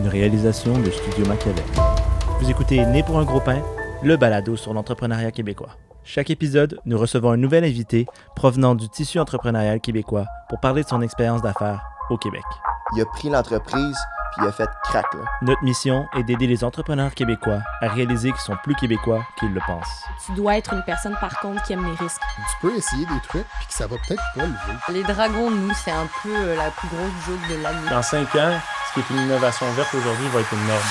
réalisation de Studio Machiavel. Vous écoutez Né pour un gros pain, le balado sur l'entrepreneuriat québécois. Chaque épisode, nous recevons un nouvel invité provenant du tissu entrepreneurial québécois pour parler de son expérience d'affaires au Québec. Il a pris l'entreprise, puis il a fait crack, là. Notre mission est d'aider les entrepreneurs québécois à réaliser qu'ils sont plus québécois qu'ils le pensent. Tu dois être une personne, par contre, qui aime les risques. Tu peux essayer des trucs, puis que ça va peut-être pas lever. Les dragons, nous, c'est un peu la plus grosse joke de l'année. Dans 5 ans, ce qui est une innovation verte aujourd'hui va être une norme.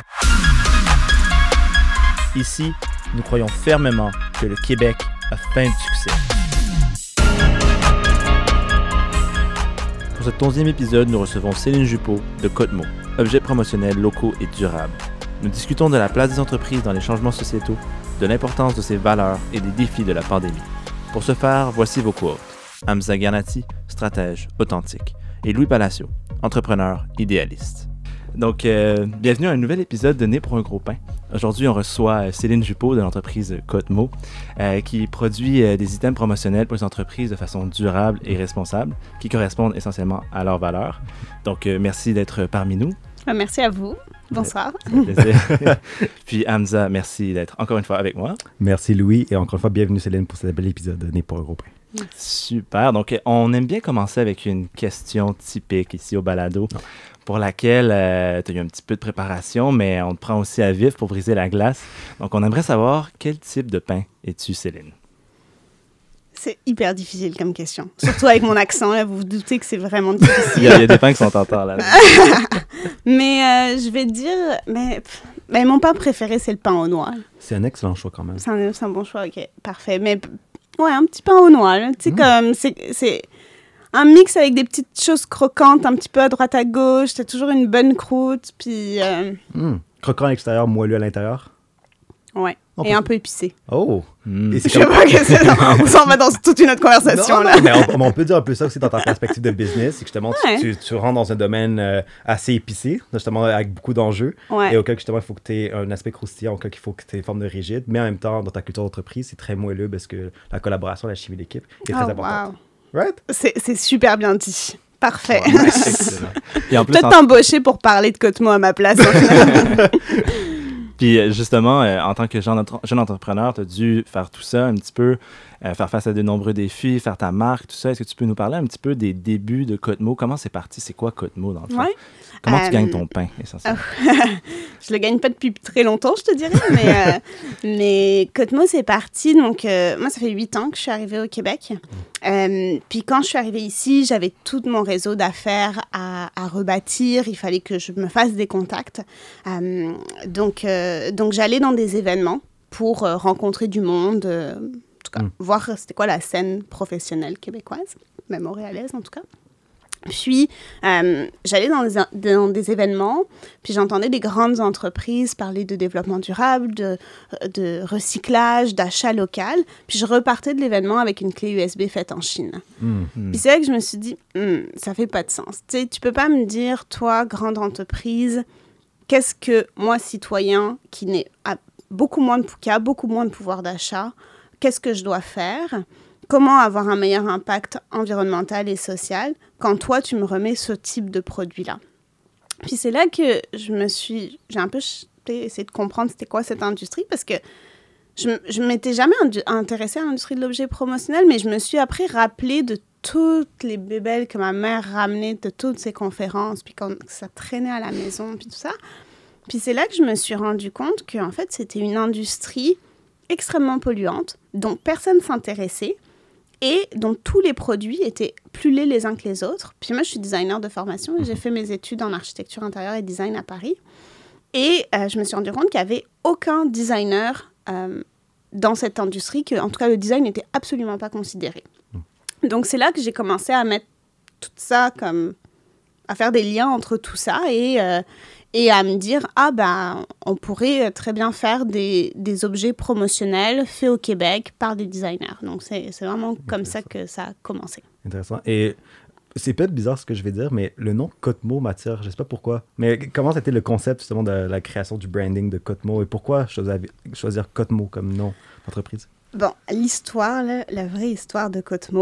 Ici, nous croyons fermement que le Québec a faim de succès. Pour ce 11e épisode, nous recevons Céline Jupeau de Cotmo, objets promotionnels locaux et durables. Nous discutons de la place des entreprises dans les changements sociétaux, de l'importance de ses valeurs et des défis de la pandémie. Pour ce faire, voici vos quotes. Hamza Garnati, stratège authentique, et Louis Palacio, entrepreneur idéaliste. Donc, bienvenue à un nouvel épisode de Né pour un gros pain. Aujourd'hui, on reçoit Céline Jupeau de l'entreprise Cotmo, qui produit des items promotionnels pour les entreprises de façon durable et responsable, qui correspondent essentiellement à leurs valeurs. Donc, merci d'être parmi nous. Merci à vous. Bonsoir. Puis Hamza, merci d'être encore une fois avec moi. Merci Louis, et encore une fois, bienvenue Céline pour ce bel épisode de Né pour un gros pain. Super. Donc, on aime bien commencer avec une question typique ici au balado, pour laquelle tu as eu un petit peu de préparation, mais on te prend aussi à vif pour briser la glace. Donc, on aimerait savoir quel type de pain es-tu, Céline? C'est hyper difficile comme question. Surtout avec mon accent, là, vous vous doutez que c'est vraiment difficile. Il y a des pains qui sont en temps, là. Mais je vais dire... Mais mon pain préféré, c'est le pain aux noix. C'est un excellent choix quand même. C'est un bon choix, ok. Parfait. Mais ouais, un petit pain aux noix, là. Tu sais, comme... C'est un mix avec des petites choses croquantes, un petit peu à droite à gauche. T'as toujours une bonne croûte, puis... Croquant à l'extérieur, moelleux à l'intérieur. Ouais. Et un peu épicé. Oh! Et je sais pas que c'est... On s'en va dans toute une autre conversation, là. Mais on peut dire un peu ça aussi dans ta perspective de business. C'est que justement, tu rentres dans un domaine assez épicé, justement avec beaucoup d'enjeux. Ouais. Et auquel justement, il faut que tu aies un aspect croustillant, auquel il faut que tu aies une forme de rigide. Mais en même temps, dans ta culture d'entreprise, c'est très moelleux parce que la collaboration, la chimie d'équipe est très importante. Wow. Right? C'est super bien dit. Parfait. Ouais, et en plus, peut-être t'embaucher pour parler de Cotmo à ma place. Puis justement, en tant que jeune entrepreneur, tu as dû faire tout ça un petit peu, faire face à de nombreux défis, faire ta marque, tout ça. Est-ce que tu peux nous parler un petit peu des débuts de Cotmo? Comment c'est parti? C'est quoi Cotmo dans le fond? Ouais. Comment tu gagnes ton pain, essentiellement? Je le gagne pas depuis très longtemps, je te dirais, mais Cotmo, c'est parti. Donc, moi, ça fait 8 ans que je suis arrivée au Québec. Puis quand je suis arrivée ici, j'avais tout mon réseau d'affaires à rebâtir. Il fallait que je me fasse des contacts. Donc, j'allais dans des événements pour rencontrer du monde, en tout cas, voir c'était quoi la scène professionnelle québécoise, même montréalaise en tout cas. Puis, j'allais dans des événements, puis j'entendais des grandes entreprises parler de développement durable, de recyclage, d'achat local. Puis, je repartais de l'événement avec une clé USB faite en Chine. Puis, c'est là que je me suis dit, ça fait pas de sens. Tu sais, tu peux pas me dire, toi, grande entreprise, qu'est-ce que moi, citoyen, qui a beaucoup moins de pouvoir d'achat, qu'est-ce que je dois faire ? Comment avoir un meilleur impact environnemental et social quand toi, tu me remets ce type de produit-là? Puis c'est là que j'ai un peu essayé de comprendre c'était quoi cette industrie, parce que je m'étais jamais intéressée à l'industrie de l'objet promotionnel, mais je me suis après rappelée de toutes les bébelles que ma mère ramenait de toutes ces conférences, puis quand ça traînait à la maison, puis tout ça. Puis c'est là que je me suis rendu compte qu'en fait, c'était une industrie extrêmement polluante, dont personne s'intéressait, et dont tous les produits étaient plus laids les uns que les autres. Puis moi, je suis designer de formation et j'ai fait mes études en architecture intérieure et design à Paris. Et je me suis rendu compte qu'il n'y avait aucun designer dans cette industrie, que, en tout cas, le design n'était absolument pas considéré. Donc, c'est là que j'ai commencé à mettre tout ça à faire des liens entre tout ça et à me dire, on pourrait très bien faire des objets promotionnels faits au Québec par des designers. Donc, c'est vraiment comme ça que ça a commencé. Intéressant. Et c'est peut-être bizarre ce que je vais dire, mais le nom Cotmo m'attire, je ne sais pas pourquoi. Mais comment c'était le concept justement de la création du branding de Cotmo et pourquoi choisir Cotmo comme nom d'entreprise? Bon, l'histoire, la vraie histoire de Cotmo,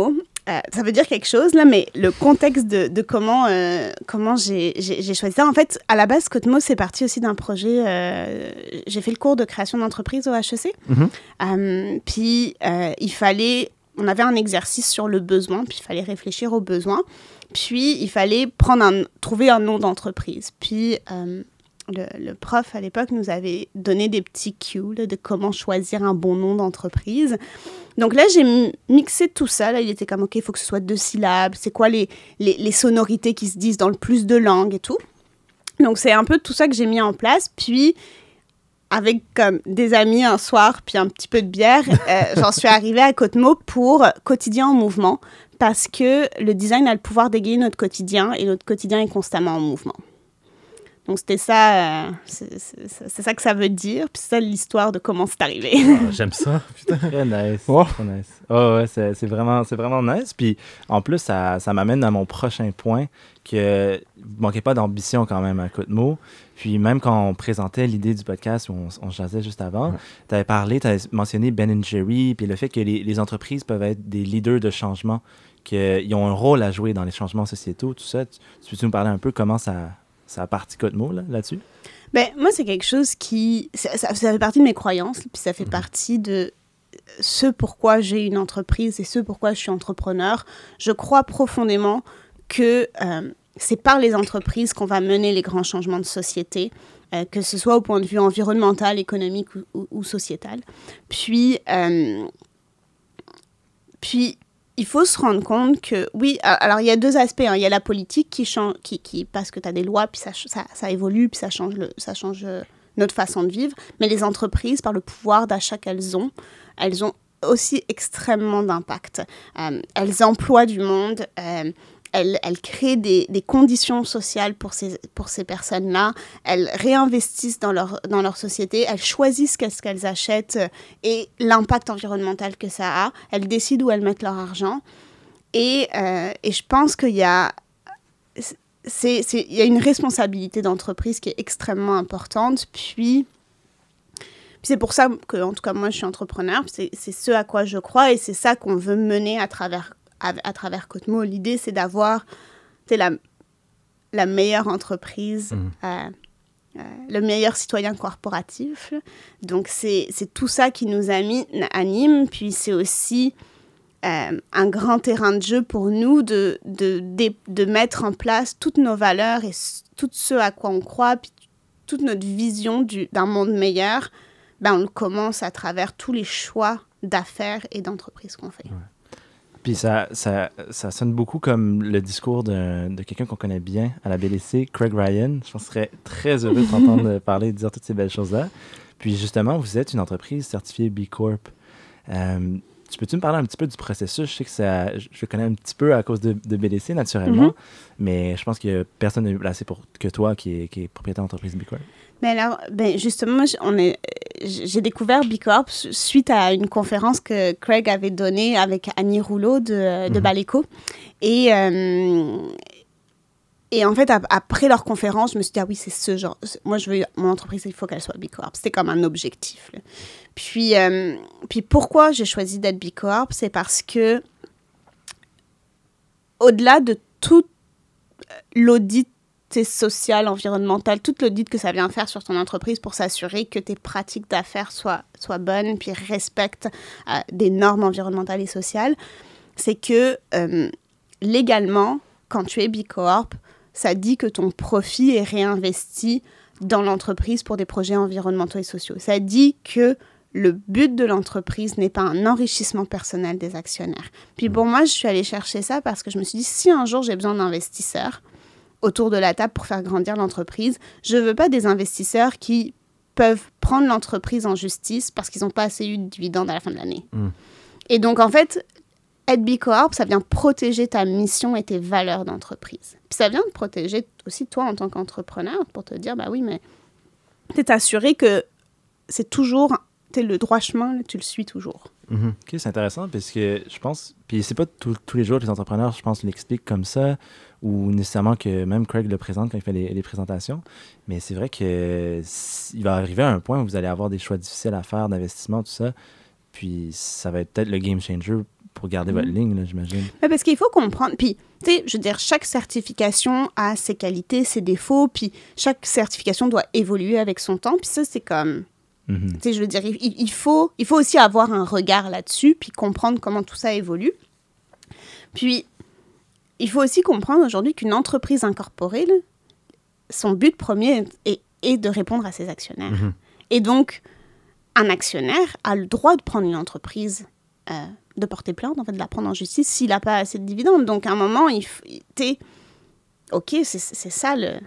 ça veut dire quelque chose, là, mais le contexte de comment j'ai choisi ça. En fait, à la base, Cotmo, c'est parti aussi d'un projet. J'ai fait le cours de création d'entreprise au HEC. Puis, on avait un exercice sur le besoin, puis il fallait réfléchir aux besoins. Puis, il fallait trouver un nom d'entreprise. Puis, le prof, à l'époque, nous avait donné des petits cues là, de comment choisir un bon nom d'entreprise. Donc là, j'ai mixé tout ça. Là, il était comme, OK, il faut que ce soit 2 syllabes. C'est quoi les sonorités qui se disent dans le plus de langues et tout. Donc, c'est un peu tout ça que j'ai mis en place. Puis, avec comme des amis un soir, puis un petit peu de bière, j'en suis arrivée à Cotmo pour Quotidien en mouvement, parce que le design a le pouvoir d'égayer notre quotidien, et notre quotidien est constamment en mouvement. Donc, c'était ça, c'est ça que ça veut dire. Puis c'est ça l'histoire de comment c'est arrivé. Oh, j'aime ça. Putain. Très nice. Oh. Très nice. Oh, ouais, c'est vraiment nice. Puis en plus, ça m'amène à mon prochain point, que vous manquez pas d'ambition quand même à Cotmo. Puis même quand on présentait l'idée du podcast, où on jasait juste avant, tu avais mentionné Ben & Jerry, puis le fait que les entreprises peuvent être des leaders de changement, qu'ils ont un rôle à jouer dans les changements sociétaux, tout ça. Tu peux-tu nous parler un peu comment ça a parti Cotmo là-dessus? Ben, moi, c'est quelque chose ça fait partie de mes croyances, puis ça fait partie de ce pourquoi j'ai une entreprise et ce pourquoi je suis entrepreneur. Je crois profondément que c'est par les entreprises qu'on va mener les grands changements de société, que ce soit au point de vue environnemental, économique ou sociétal. Puis, il faut se rendre compte que, oui, alors il y a 2 aspects. Il y a la politique qui change, parce que tu as des lois, puis ça évolue, puis ça change notre façon de vivre. Mais les entreprises, par le pouvoir d'achat qu'elles ont aussi extrêmement d'impact. Elles emploient du monde, elles créent des conditions sociales pour ces personnes-là, elles réinvestissent dans leur société, elles choisissent qu'est-ce qu'elles achètent et l'impact environnemental que ça a, elles décident où elles mettent leur argent. Et je pense qu'il y a une responsabilité d'entreprise qui est extrêmement importante. Puis c'est pour ça que, en tout cas, moi, je suis entrepreneur. C'est ce à quoi je crois et c'est ça qu'on veut mener à travers Cotmo. L'idée, c'est d'avoir la meilleure entreprise, le meilleur citoyen corporatif. Donc, c'est tout ça qui nous anime. Puis, c'est aussi un grand terrain de jeu pour nous de mettre en place toutes nos valeurs et tout ce à quoi on croit, puis toute notre vision d'un monde meilleur. On le commence à travers tous les choix d'affaires et d'entreprises qu'on fait. Ouais. Puis ça sonne beaucoup comme le discours de quelqu'un qu'on connaît bien à la BDC, Craig Ryan. Je pense que je serais très heureux de t'entendre parler et de dire toutes ces belles choses-là. Puis justement, vous êtes une entreprise certifiée B Corp. Peux-tu me parler un petit peu du processus? Je sais que je le connais un petit peu à cause de BDC, naturellement, mais je pense qu'il n'y a personne de mieux placé que toi qui est propriétaire d'entreprise B Corp. Mais alors, justement, j'ai découvert B Corp suite à une conférence que Craig avait donnée avec Annie Rouleau de Baleco. Et en fait, après leur conférence, je me suis dit, ah oui, c'est ce genre. Moi, mon entreprise, il faut qu'elle soit B Corp. C'était comme un objectif. Là. Puis pourquoi j'ai choisi d'être B Corp? C'est parce que, au-delà de tout l'audit social, environnemental, tout l'audit que ça vient faire sur ton entreprise pour s'assurer que tes pratiques d'affaires soient bonnes puis respectent des normes environnementales et sociales, c'est que légalement, quand tu es B Corp, ça dit que ton profit est réinvesti dans l'entreprise pour des projets environnementaux et sociaux. Ça dit que le but de l'entreprise n'est pas un enrichissement personnel des actionnaires. Puis pour moi, je suis allée chercher ça parce que je me suis dit, si un jour j'ai besoin d'investisseurs autour de la table pour faire grandir l'entreprise, je ne veux pas des investisseurs qui peuvent prendre l'entreprise en justice parce qu'ils n'ont pas assez eu de dividendes à la fin de l'année. Et donc, en fait, être B Corp, ça vient protéger ta mission et tes valeurs d'entreprise. Puis ça vient te protéger aussi toi en tant qu'entrepreneur pour te dire, bah oui, mais t'es assuré que c'est toujours, t'es le droit chemin, là, tu le suis toujours. OK, c'est intéressant parce que je pense, puis c'est pas tous les jours que les entrepreneurs, je pense, l'expliquent comme ça ou nécessairement que même Craig le présente quand il fait les présentations, mais c'est vrai qu'il va arriver à un point où vous allez avoir des choix difficiles à faire d'investissement, tout ça, puis ça va être peut-être le game changer pour garder votre ligne, là, j'imagine. Mais parce qu'il faut comprendre. Puis, tu sais, je veux dire, chaque certification a ses qualités, ses défauts. Puis, chaque certification doit évoluer avec son temps. Puis ça, c'est comme... Tu sais, je veux dire, il faut aussi avoir un regard là-dessus, puis comprendre comment tout ça évolue. Puis, il faut aussi comprendre aujourd'hui qu'une entreprise incorporée, là, son but premier est de répondre à ses actionnaires. Et donc, un actionnaire a le droit de prendre une entreprise, de porter plainte, en fait, de la prendre en justice s'il n'a pas assez de dividendes. Donc, à un moment, OK, c'est ça le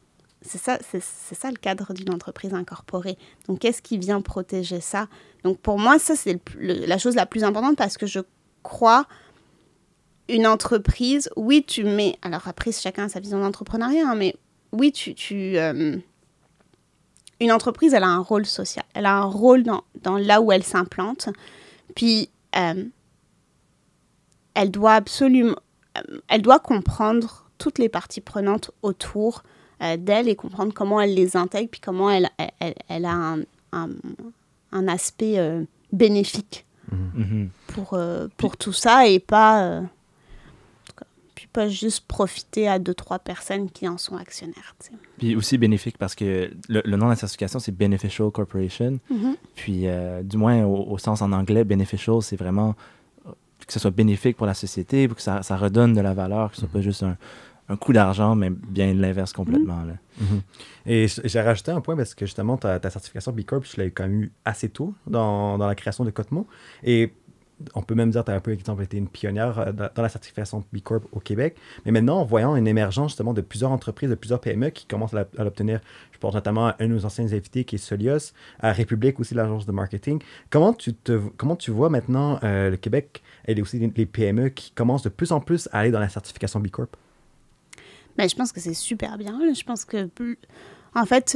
cadre d'une entreprise incorporée. Donc, qu'est-ce qui vient protéger ça? Donc, pour moi, ça, c'est la chose la plus importante parce que je crois une entreprise, oui, tu mets... Alors, après, chacun a sa vision d'entrepreneuriat, hein, mais oui, une entreprise, elle a un rôle social. Elle a un rôle dans là où elle s'implante. Puis, elle doit comprendre toutes les parties prenantes autour d'elle et comprendre comment elle les intègre, puis comment elle a un aspect bénéfique pour tout ça et pas juste profiter à 2-3 personnes qui en sont actionnaires. T'sais. Puis aussi bénéfique parce que le nom de la certification, c'est Beneficial Corporation. Puis du moins au sens en anglais, beneficial, c'est vraiment que ce soit bénéfique pour la société, pour que ça redonne de la valeur, que ce soit pas juste un coup d'argent, mais bien l'inverse complètement. Là. Et j'ai rajouté un point parce que justement, ta certification B Corp, je l'ai quand même eu assez tôt dans la création de Cotmo. Et on peut même dire que tu as un peu, exemple, été une pionnière dans la certification B Corp au Québec. Mais maintenant, en voyant une émergence justement de plusieurs entreprises, de plusieurs PME qui commencent à l'obtenir, je pense notamment à un de nos anciens invités qui est Solios, à République aussi, l'agence de marketing. Comment tu vois maintenant le Québec et aussi les PME qui commencent de plus en plus à aller dans la certification B Corp? Ben, je pense que c'est super bien. Je pense que, en fait,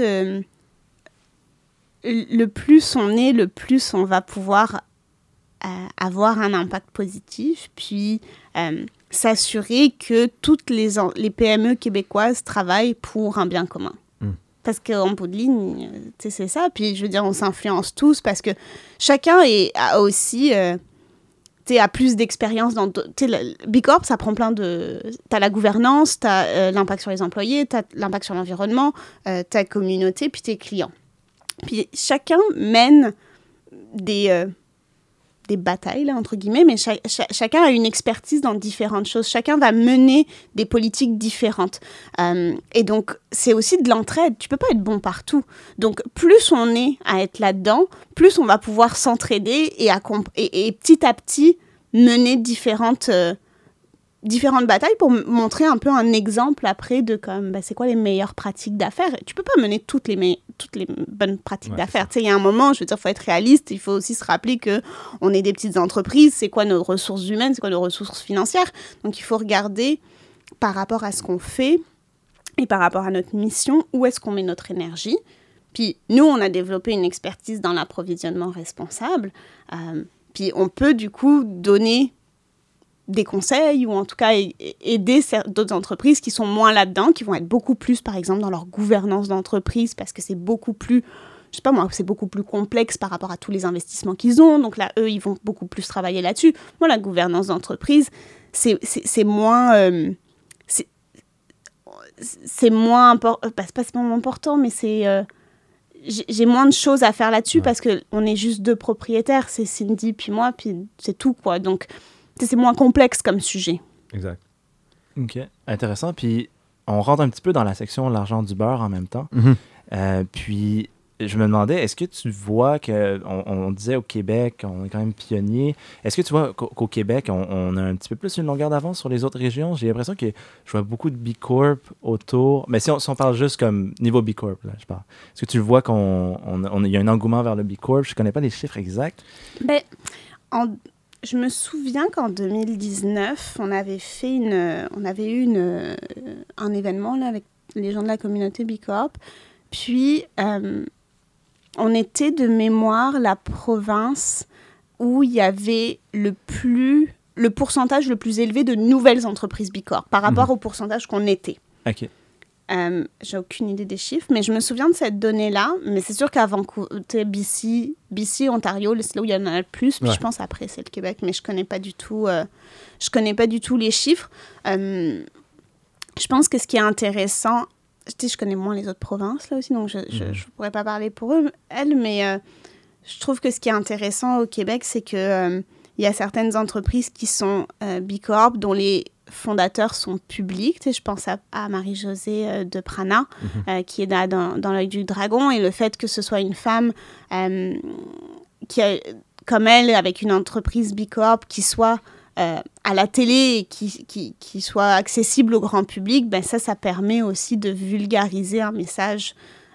le plus on est, le plus on va pouvoir avoir un impact positif, puis s'assurer que toutes les PME québécoises travaillent pour un bien commun. Parce qu'en bout de ligne, c'est ça. Puis, je veux dire, on s'influence tous parce que chacun a aussi... a plus d'expérience dans... B Corp, ça prend plein de... T'as la gouvernance, t'as l'impact sur les employés, t'as l'impact sur l'environnement, ta communauté, puis tes clients. Puis chacun mène des batailles, là, entre guillemets, mais chacun a une expertise dans différentes choses. Chacun va mener des politiques différentes. Et donc, c'est aussi de l'entraide. Tu peux pas être bon partout. Donc, plus on est à être là-dedans, plus on va pouvoir s'entraider et petit à petit mener différentes batailles pour montrer un peu un exemple après de c'est quoi les meilleures pratiques d'affaires. Tu peux pas mener toutes les bonnes pratiques d'affaires. Il y a un moment, je veux dire, il faut être réaliste. Il faut aussi se rappeler qu'on est des petites entreprises. C'est quoi nos ressources humaines? C'est quoi nos ressources financières? Donc, il faut regarder par rapport à ce qu'on fait et par rapport à notre mission, où est-ce qu'on met notre énergie. Puis, nous, on a développé une expertise dans l'approvisionnement responsable. Puis, on peut, du coup, donner des conseils ou en tout cas aider d'autres entreprises qui sont moins là-dedans, qui vont être beaucoup plus, par exemple, dans leur gouvernance d'entreprise parce que c'est beaucoup plus, je sais pas moi, c'est beaucoup plus complexe par rapport à tous les investissements qu'ils ont. Donc là, eux, ils vont beaucoup plus travailler là-dessus. Moi, la gouvernance d'entreprise, c'est moins... c'est moins important, c'est pas moins important, mais c'est... j'ai moins de choses à faire là-dessus parce qu'on est juste 2 propriétaires, c'est Cindy puis moi, puis c'est tout, quoi. Donc, c'est moins complexe comme sujet. Exact. OK. Intéressant. Puis, on rentre un petit peu dans la section l'argent du beurre en même temps. Puis, je me demandais, est-ce que tu vois on disait au Québec, on est quand même pionnier. Est-ce que tu vois qu'au Québec, on a un petit peu plus une longueur d'avance sur les autres régions? J'ai l'impression que je vois beaucoup de B Corp autour. Mais si on parle juste comme niveau B Corp, là, je parle. Est-ce que tu vois qu'il y a un engouement vers le B Corp? Je connais pas les chiffres exacts. Ben, je me souviens qu'en 2019, on avait eu un événement là, avec les gens de la communauté B Corp. Puis, on était de mémoire la province où il y avait le pourcentage le plus élevé de nouvelles entreprises B Corp par rapport au pourcentage qu'on était. OK. J'ai aucune idée des chiffres, mais je me souviens de cette donnée-là. Mais c'est sûr qu'à Vancouver, BC, Ontario, c'est là où il y en a le plus. Puis je pense après, c'est le Québec, mais je connais pas du tout les chiffres. Je pense que ce qui est intéressant, je connais moins les autres provinces là aussi, donc je pourrais pas parler pour elles, mais je trouve que ce qui est intéressant au Québec, c'est que il y a certaines entreprises qui sont B Corp, dont les fondateurs sont publics. Je pense à Marie-Josée de Prana, qui est dans l'œil du dragon, et le fait que ce soit une femme qui a, comme elle, avec une entreprise B Corp, qui soit à la télé et qui soit accessible au grand public, ça permet aussi de vulgariser un message.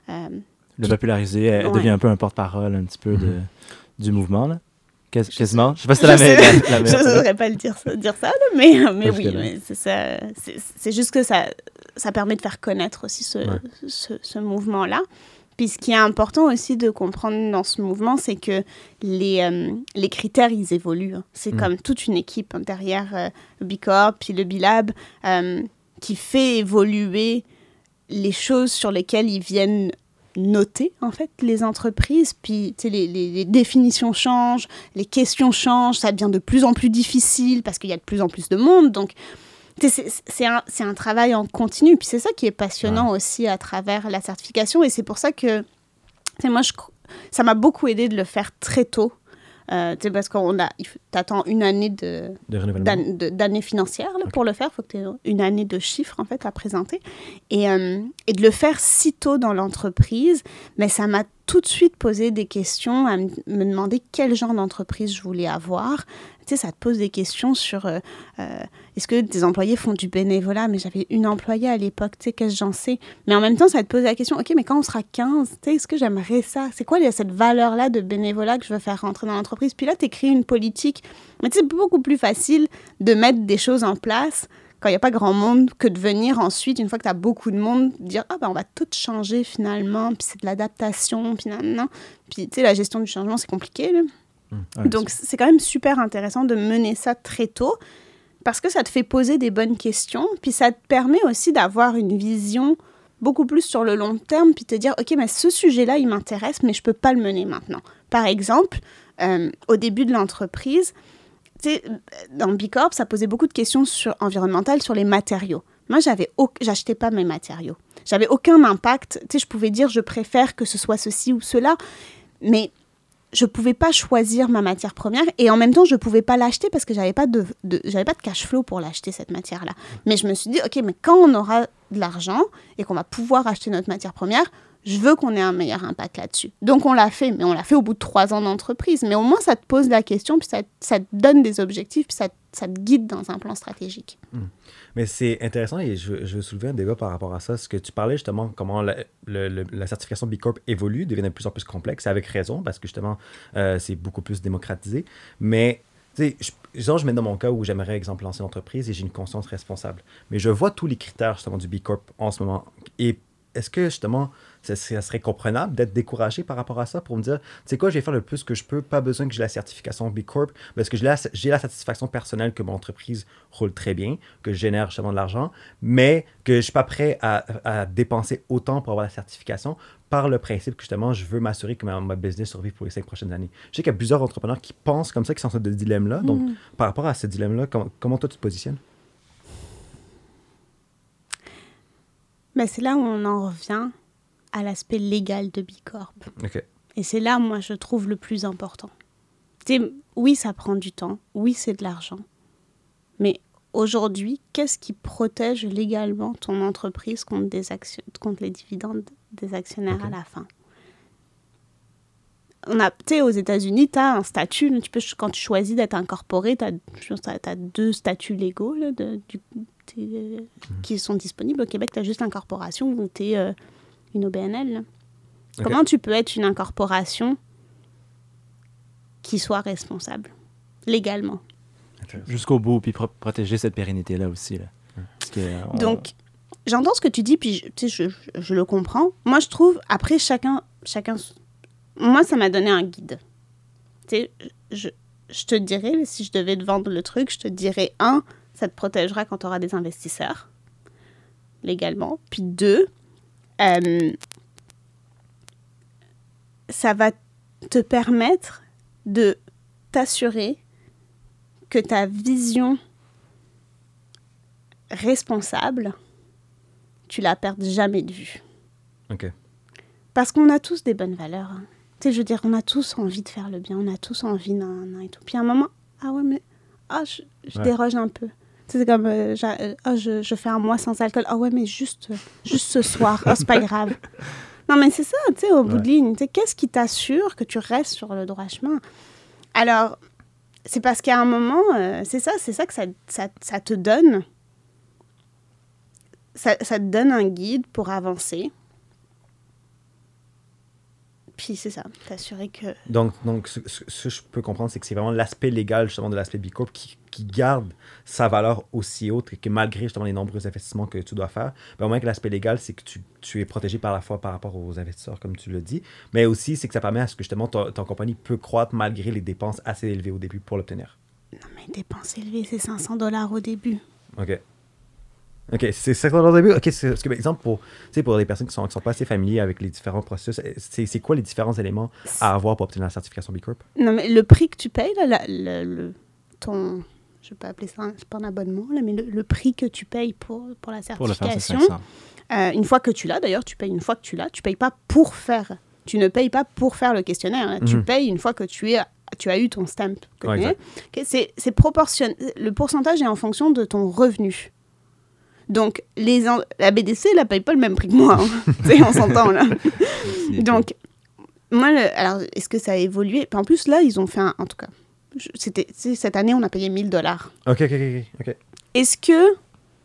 De populariser, elle devient un peu un porte-parole un petit peu du mouvement, là. Quasiment. Je sais pas si c'est la meilleure. Je ne saurais pas dire ça, là, mais oui, mais c'est ça. C'est juste que ça permet de faire connaître aussi ce mouvement-là. Puis ce qui est important aussi de comprendre dans ce mouvement, c'est que les critères, ils évoluent. C'est comme toute une équipe derrière B Corp, puis le B-Lab, qui fait évoluer les choses sur lesquelles ils viennent noter, en fait, les entreprises. Puis, tu sais, les définitions changent, les questions changent, ça devient de plus en plus difficile parce qu'il y a de plus en plus de monde. Donc, c'est un travail en continu. Puis c'est ça qui est passionnant aussi à travers la certification. Et c'est pour ça que, moi, ça m'a beaucoup aidé de le faire très tôt. Parce t'attends une année d'année financière là, pour le faire. Il faut que tu aies une année de chiffres, en fait, à présenter. Et de le faire si tôt dans l'entreprise, mais ça m'a tout de suite posé des questions, à me demander quel genre d'entreprise je voulais avoir. Tu sais, ça te pose des questions sur est-ce que des employés font du bénévolat? Mais j'avais une employée à l'époque, tu sais, qu'est-ce que j'en sais? Mais en même temps, ça te pose la question, OK, mais quand on sera 15, tu sais, est-ce que j'aimerais ça? C'est quoi cette valeur-là de bénévolat que je veux faire rentrer dans l'entreprise? Puis là, tu écris une politique. Mais tu sais, c'est beaucoup plus facile de mettre des choses en place quand il n'y a pas grand monde que de venir ensuite, une fois que tu as beaucoup de monde, dire « Ah, on va tout changer finalement, puis c'est de l'adaptation, puis non. » Puis, tu sais, la gestion du changement, c'est compliqué, là. Donc, c'est quand même super intéressant de mener ça très tôt parce que ça te fait poser des bonnes questions, puis ça te permet aussi d'avoir une vision beaucoup plus sur le long terme, puis te dire « OK, mais ce sujet-là, il m'intéresse, mais je ne peux pas le mener maintenant. » Par exemple, au début de l'entreprise, tu sais, dans B Corp, ça posait beaucoup de questions environnementales sur les matériaux. Moi, j'achetais pas mes matériaux. J'avais aucun impact. Tu sais, je pouvais dire « Je préfère que ce soit ceci ou cela », mais je pouvais pas choisir ma matière première et en même temps, je pouvais pas l'acheter parce que j'avais pas de cash flow pour l'acheter, cette matière-là. Mais je me suis dit, OK, mais quand on aura de l'argent et qu'on va pouvoir acheter notre matière première, je veux qu'on ait un meilleur impact là-dessus. Donc, on l'a fait, mais on l'a fait au bout de 3 ans d'entreprise. Mais au moins, ça te pose la question, puis ça te donne des objectifs, puis ça te guide dans un plan stratégique. Mais c'est intéressant et je veux soulever un débat par rapport à ça. Ce que tu parlais justement, comment la certification B Corp évolue, devient de plus en plus complexe, avec raison, parce que justement, c'est beaucoup plus démocratisé. Mais, tu sais, je mets dans mon cas où j'aimerais, exemple, lancer une entreprise et j'ai une conscience responsable. Mais je vois tous les critères justement du B Corp en ce moment. Et est-ce que justement, ça serait comprenable d'être découragé par rapport à ça pour me dire, tu sais quoi, je vais faire le plus que je peux, pas besoin que j'ai la certification B Corp, parce que j'ai la satisfaction personnelle que mon entreprise roule très bien, que je génère justement de l'argent, mais que je ne suis pas prêt à dépenser autant pour avoir la certification par le principe que justement, je veux m'assurer que ma business survive pour les 5 prochaines années. Je sais qu'il y a plusieurs entrepreneurs qui pensent comme ça, qui sont dans ce dilemme-là. Donc, par rapport à ce dilemme-là, comment toi tu te positionnes? Ben, c'est là où on en revient à l'aspect légal de B Corp. Okay. Et c'est là, moi, je trouve le plus important. Oui, ça prend du temps. Oui, c'est de l'argent. Mais aujourd'hui, qu'est-ce qui protège légalement ton entreprise contre les dividendes des actionnaires à la fin? Aux États-Unis, tu as un statut. Là, quand tu choisis d'être incorporé, tu as 2 statuts légaux là, qui sont disponibles. Au Québec, tu as juste l'incorporation ou tu es une OBNL. Là. Okay. Comment tu peux être une incorporation qui soit responsable légalement? Jusqu'au bout, puis protéger cette pérennité-là aussi. Là. Donc, j'entends ce que tu dis, puis je le comprends. Moi, je trouve, après, chacun moi, ça m'a donné un guide. Tu sais, je te dirais, si je devais te vendre le truc, je te dirais, ça te protégera quand tu auras des investisseurs. légalement. Puis 2, ça va te permettre de t'assurer que ta vision responsable, tu la perds jamais de vue. OK. Parce qu'on a tous des bonnes valeurs. Hein. Tu sais, je veux dire, on a tous envie de faire le bien, on a tous envie d'un et tout. Puis à un moment, je déroge un peu. Tu sais, c'est comme, je fais un mois sans alcool. Ah ouais, mais juste ce soir. C'est pas grave. Non, mais c'est ça, tu sais, au bout de ligne. Tu sais, qu'est-ce qui t'assure que tu restes sur le droit chemin? Alors, c'est parce qu'à un moment, c'est ça que ça te donne. Ça te donne un guide pour avancer. Puis c'est ça, t'assurer que... Donc ce que je peux comprendre, c'est que c'est vraiment l'aspect légal, justement, de l'aspect B Corp qui garde sa valeur aussi haute et que malgré, justement, les nombreux investissements que tu dois faire, au moins que l'aspect légal, c'est que tu es protégé par la fois par rapport aux investisseurs, comme tu le dis, mais aussi, c'est que ça permet à ce que, justement, ton compagnie peut croître malgré les dépenses assez élevées au début pour l'obtenir. Non, mais dépenses élevées, c'est $500 au début. OK, c'est ça au début. OK, parce que, par exemple, pour les personnes qui sont pas assez familiers avec les différents processus, c'est quoi les différents éléments à avoir pour obtenir la certification B Corp? Non, mais le prix que tu payes, là, ton... Je ne vais pas appeler ça c'est pas un abonnement, là, mais le prix que tu payes pour la certification, une fois que tu l'as, d'ailleurs, tu payes une fois que tu l'as, tu payes pas pour faire. Tu ne payes pas pour faire le questionnaire. Hein. Tu payes une fois que tu as eu ton stamp. Okay, c'est proportionnel. Le pourcentage est en fonction de ton revenu. Donc, la BDC, elle ne paye pas le même prix que moi. Hein. On s'entend, là. Donc, moi, alors, est-ce que ça a évolué? En plus, là, ils ont fait en tout cas, cette année, on a payé $1,000. OK. Est-ce que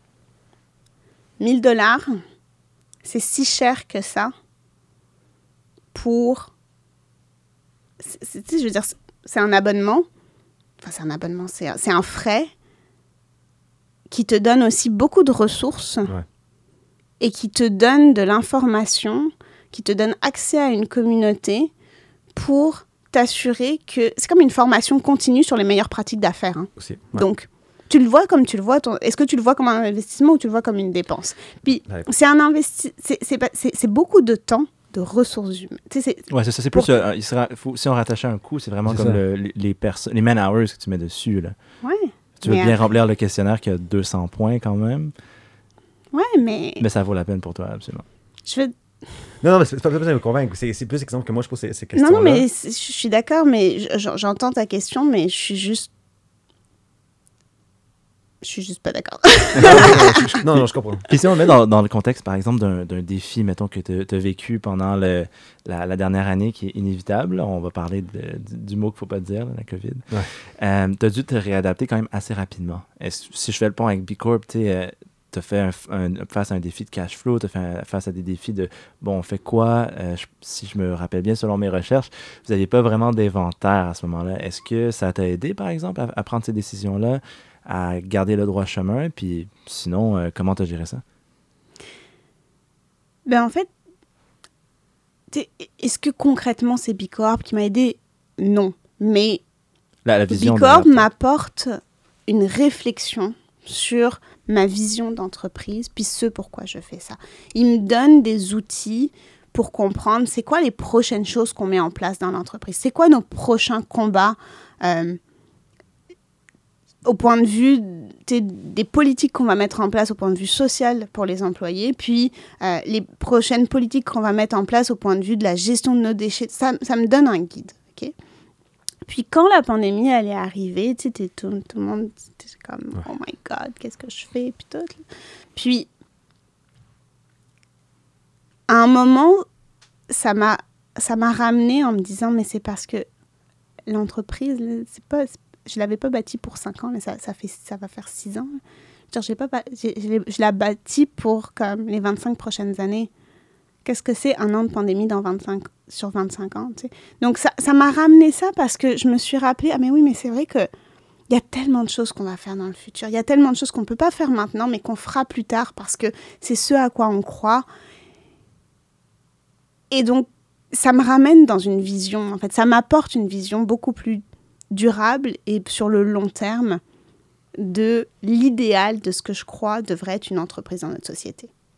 $1,000, c'est si cher que ça pour... je veux dire, c'est un abonnement. Enfin, c'est un abonnement, c'est un frais qui te donne aussi beaucoup de ressources et qui te donne de l'information, qui te donne accès à une communauté pour t'assurer que... C'est comme une formation continue sur les meilleures pratiques d'affaires. Hein. Aussi, Donc, tu le vois comme tu le vois. Est-ce que tu le vois comme un investissement ou tu le vois comme une dépense? Puis, c'est un c'est beaucoup de temps, de ressources humaines. C'est ça. C'est plus... si on rattachait un coût, c'est vraiment comme les man-hours que tu mets dessus, là. Ouais. Tu veux bien remplir le questionnaire qui a 200 points quand même. Ouais, mais... Mais ça vaut la peine pour toi, absolument. Non, mais c'est pas besoin de me convaincre. C'est plus l'exemple que moi, je pose ces questions-là. Non, mais je suis d'accord, mais j'entends ta question, mais je suis juste pas d'accord. Non, je comprends. Puis si on le met dans le contexte, par exemple, d'un défi, mettons, que tu as vécu pendant la dernière année qui est inévitable, on va parler du mot qu'il ne faut pas dire, la COVID. Tu as dû te réadapter quand même assez rapidement. Si je fais le pont avec B Corp, tu as fait face à un défi de cash flow, tu as fait face à des défis de, on fait quoi? Si je me rappelle bien, selon mes recherches, vous n'aviez pas vraiment d'inventaire à ce moment-là. Est-ce que ça t'a aidé, par exemple, à prendre ces décisions-là, à garder le droit chemin? Puis sinon, comment tu as géré ça? En fait, est-ce que concrètement c'est B Corp qui m'a aidé? Non. Mais la vision B Corp m'apporte une réflexion sur ma vision d'entreprise, puis ce pourquoi je fais ça. Il me donne des outils pour comprendre c'est quoi les prochaines choses qu'on met en place dans l'entreprise. C'est quoi nos prochains combats au point de vue des politiques qu'on va mettre en place au point de vue social pour les employés, puis les prochaines politiques qu'on va mettre en place au point de vue de la gestion de nos déchets. Ça me donne un guide. Okay? Puis quand la pandémie elle est arrivée, tout le monde était comme « Oh my God, qu'est-ce que je fais? » Puis tout. Puis, à un moment, ça m'a ramené en me disant « Mais c'est parce que l'entreprise, je ne l'avais pas bâtie pour 5 ans, mais ça va faire 6 ans. Je l'ai bâtie pour comme, les 25 prochaines années. Qu'est-ce que c'est un an de pandémie sur 25 ans? T'sais? Donc, ça m'a ramené ça parce que je me suis rappelé, mais oui, mais c'est vrai qu'il y a tellement de choses qu'on va faire dans le futur. Il y a tellement de choses qu'on ne peut pas faire maintenant, mais qu'on fera plus tard parce que c'est ce à quoi on croit. Et donc, ça me ramène dans une vision, en fait, ça m'apporte une vision beaucoup plus durable et sur le long terme de l'idéal de ce que je crois devrait être une entreprise dans notre société.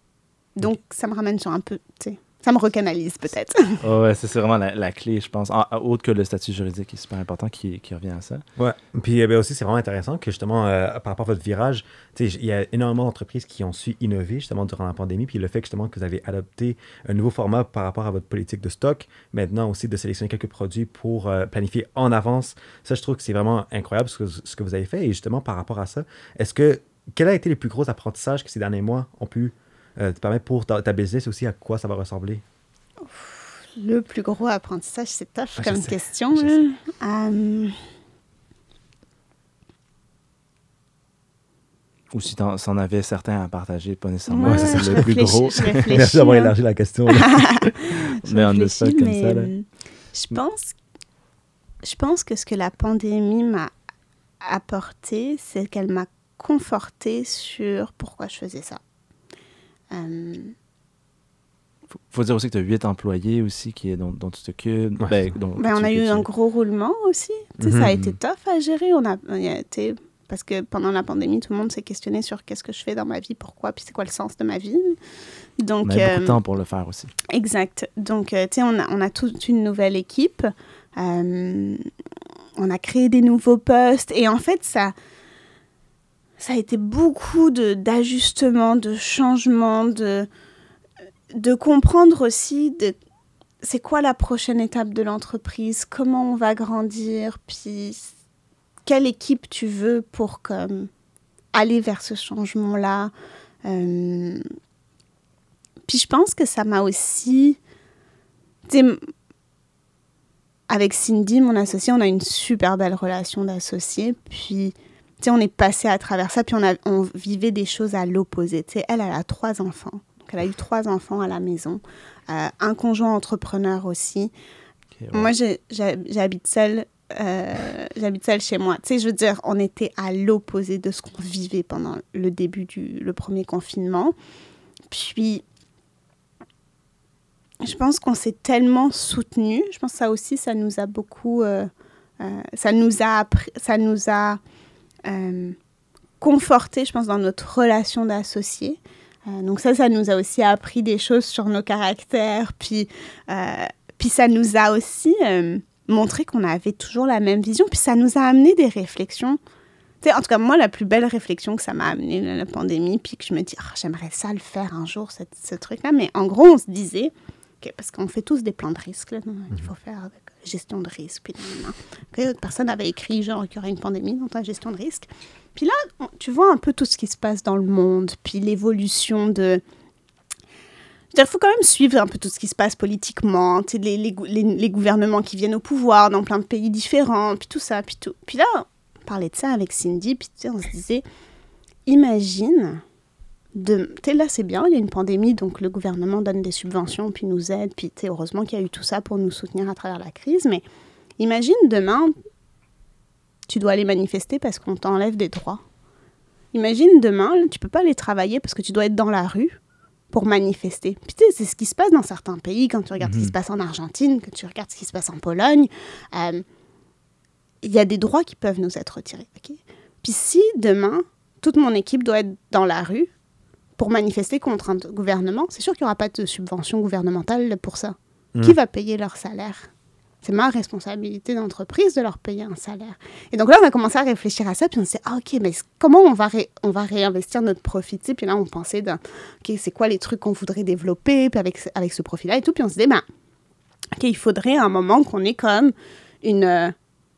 Donc, ça me ramène sur un peu, tu sais, ça me recanalise peut-être. Oh ouais, c'est vraiment la clé, je pense. Autre que le statut juridique qui est super important, qui revient à ça. Ouais. Puis aussi, c'est vraiment intéressant que justement, par rapport à votre virage, il y a énormément d'entreprises qui ont su innover justement durant la pandémie. Puis le fait que justement que vous avez adopté un nouveau format par rapport à votre politique de stock, maintenant aussi de sélectionner quelques produits pour planifier en avance, ça, je trouve que c'est vraiment incroyable ce que vous avez fait. Et justement, par rapport à ça, quel a été le plus gros apprentissage que ces derniers mois ont pu te permettre pour ta business aussi, à quoi ça va ressembler? Le plus gros apprentissage, c'est tough comme question. Ou si t'en avais certains à partager, pas nécessairement. Ouais, c'est le plus gros. Merci d'avoir élargi la question. Mais on est ça comme ça. Là. Je pense que ce que la pandémie m'a apporté, c'est qu'elle m'a confortée sur pourquoi je faisais ça. Faut dire aussi que tu as 8 employés aussi dont tu t'occupes. Ouais. On a eu un gros roulement aussi. Ça a été tough à gérer. Parce que pendant la pandémie, tout le monde s'est questionné sur qu'est-ce que je fais dans ma vie, pourquoi, puis c'est quoi le sens de ma vie. Donc, on a beaucoup de temps pour le faire aussi. Exact. Donc, on a toute une nouvelle équipe. On a créé des nouveaux postes. Et en fait, ça a été beaucoup d'ajustements, de changements, de comprendre aussi c'est quoi la prochaine étape de l'entreprise, comment on va grandir, puis quelle équipe tu veux pour aller vers ce changement-là. Puis je pense que ça m'a aussi... Avec Cindy, mon associée, on a une super belle relation d'associés, puis... on est passé à travers ça, puis on vivait des choses à l'opposé. Elle a 3 enfants. Donc, elle a eu 3 enfants à la maison. Un conjoint entrepreneur aussi. Okay, ouais. Moi, j'habite seule. J'habite seule chez moi. Je veux dire, on était à l'opposé de ce qu'on vivait pendant le début le premier confinement. Puis, je pense qu'on s'est tellement soutenus. Je pense que ça aussi, ça nous a beaucoup... ça nous a conforté, je pense, dans notre relation d'associés. Donc ça nous a aussi appris des choses sur nos caractères. Puis ça nous a aussi montré qu'on avait toujours la même vision. Puis ça nous a amené des réflexions. En tout cas, moi, la plus belle réflexion que ça m'a amené, la pandémie, puis que je me dis, j'aimerais ça le faire un jour, ce truc-là. Mais en gros, on se disait, parce qu'on fait tous des plans de risque, là, il faut faire avec gestion de risque. Puis personne n'avait écrit genre qu'il y aurait une pandémie dans ta gestion de risque. Puis là, tu vois un peu tout ce qui se passe dans le monde, puis l'évolution de... Il faut quand même suivre un peu tout ce qui se passe politiquement, les gouvernements qui viennent au pouvoir dans plein de pays différents, puis tout ça, puis tout. Puis là, on parlait de ça avec Cindy, puis on se disait, imagine... là, c'est bien, il y a une pandémie, donc le gouvernement donne des subventions, puis nous aide, puis heureusement qu'il y a eu tout ça pour nous soutenir à travers la crise, mais imagine demain, tu dois aller manifester parce qu'on t'enlève des droits. Imagine demain, tu peux pas aller travailler parce que tu dois être dans la rue pour manifester. Puis c'est ce qui se passe dans certains pays, quand tu regardes ce qui se passe en Argentine, quand tu regardes ce qui se passe en Pologne, il y a des droits qui peuvent nous être retirés. Okay? Puis si demain, toute mon équipe doit être dans la rue pour manifester contre un gouvernement, c'est sûr qu'il n'y aura pas de subvention gouvernementale pour ça. Qui va payer leur salaire? C'est ma responsabilité d'entreprise de leur payer un salaire. Et donc là, on a commencé à réfléchir à ça, puis on s'est dit, OK, mais comment on va réinvestir notre profit? Puis là, on pensait, OK, c'est quoi les trucs qu'on voudrait développer, puis avec ce profit-là et tout. Puis on se dit, OK, il faudrait à un moment qu'on ait comme un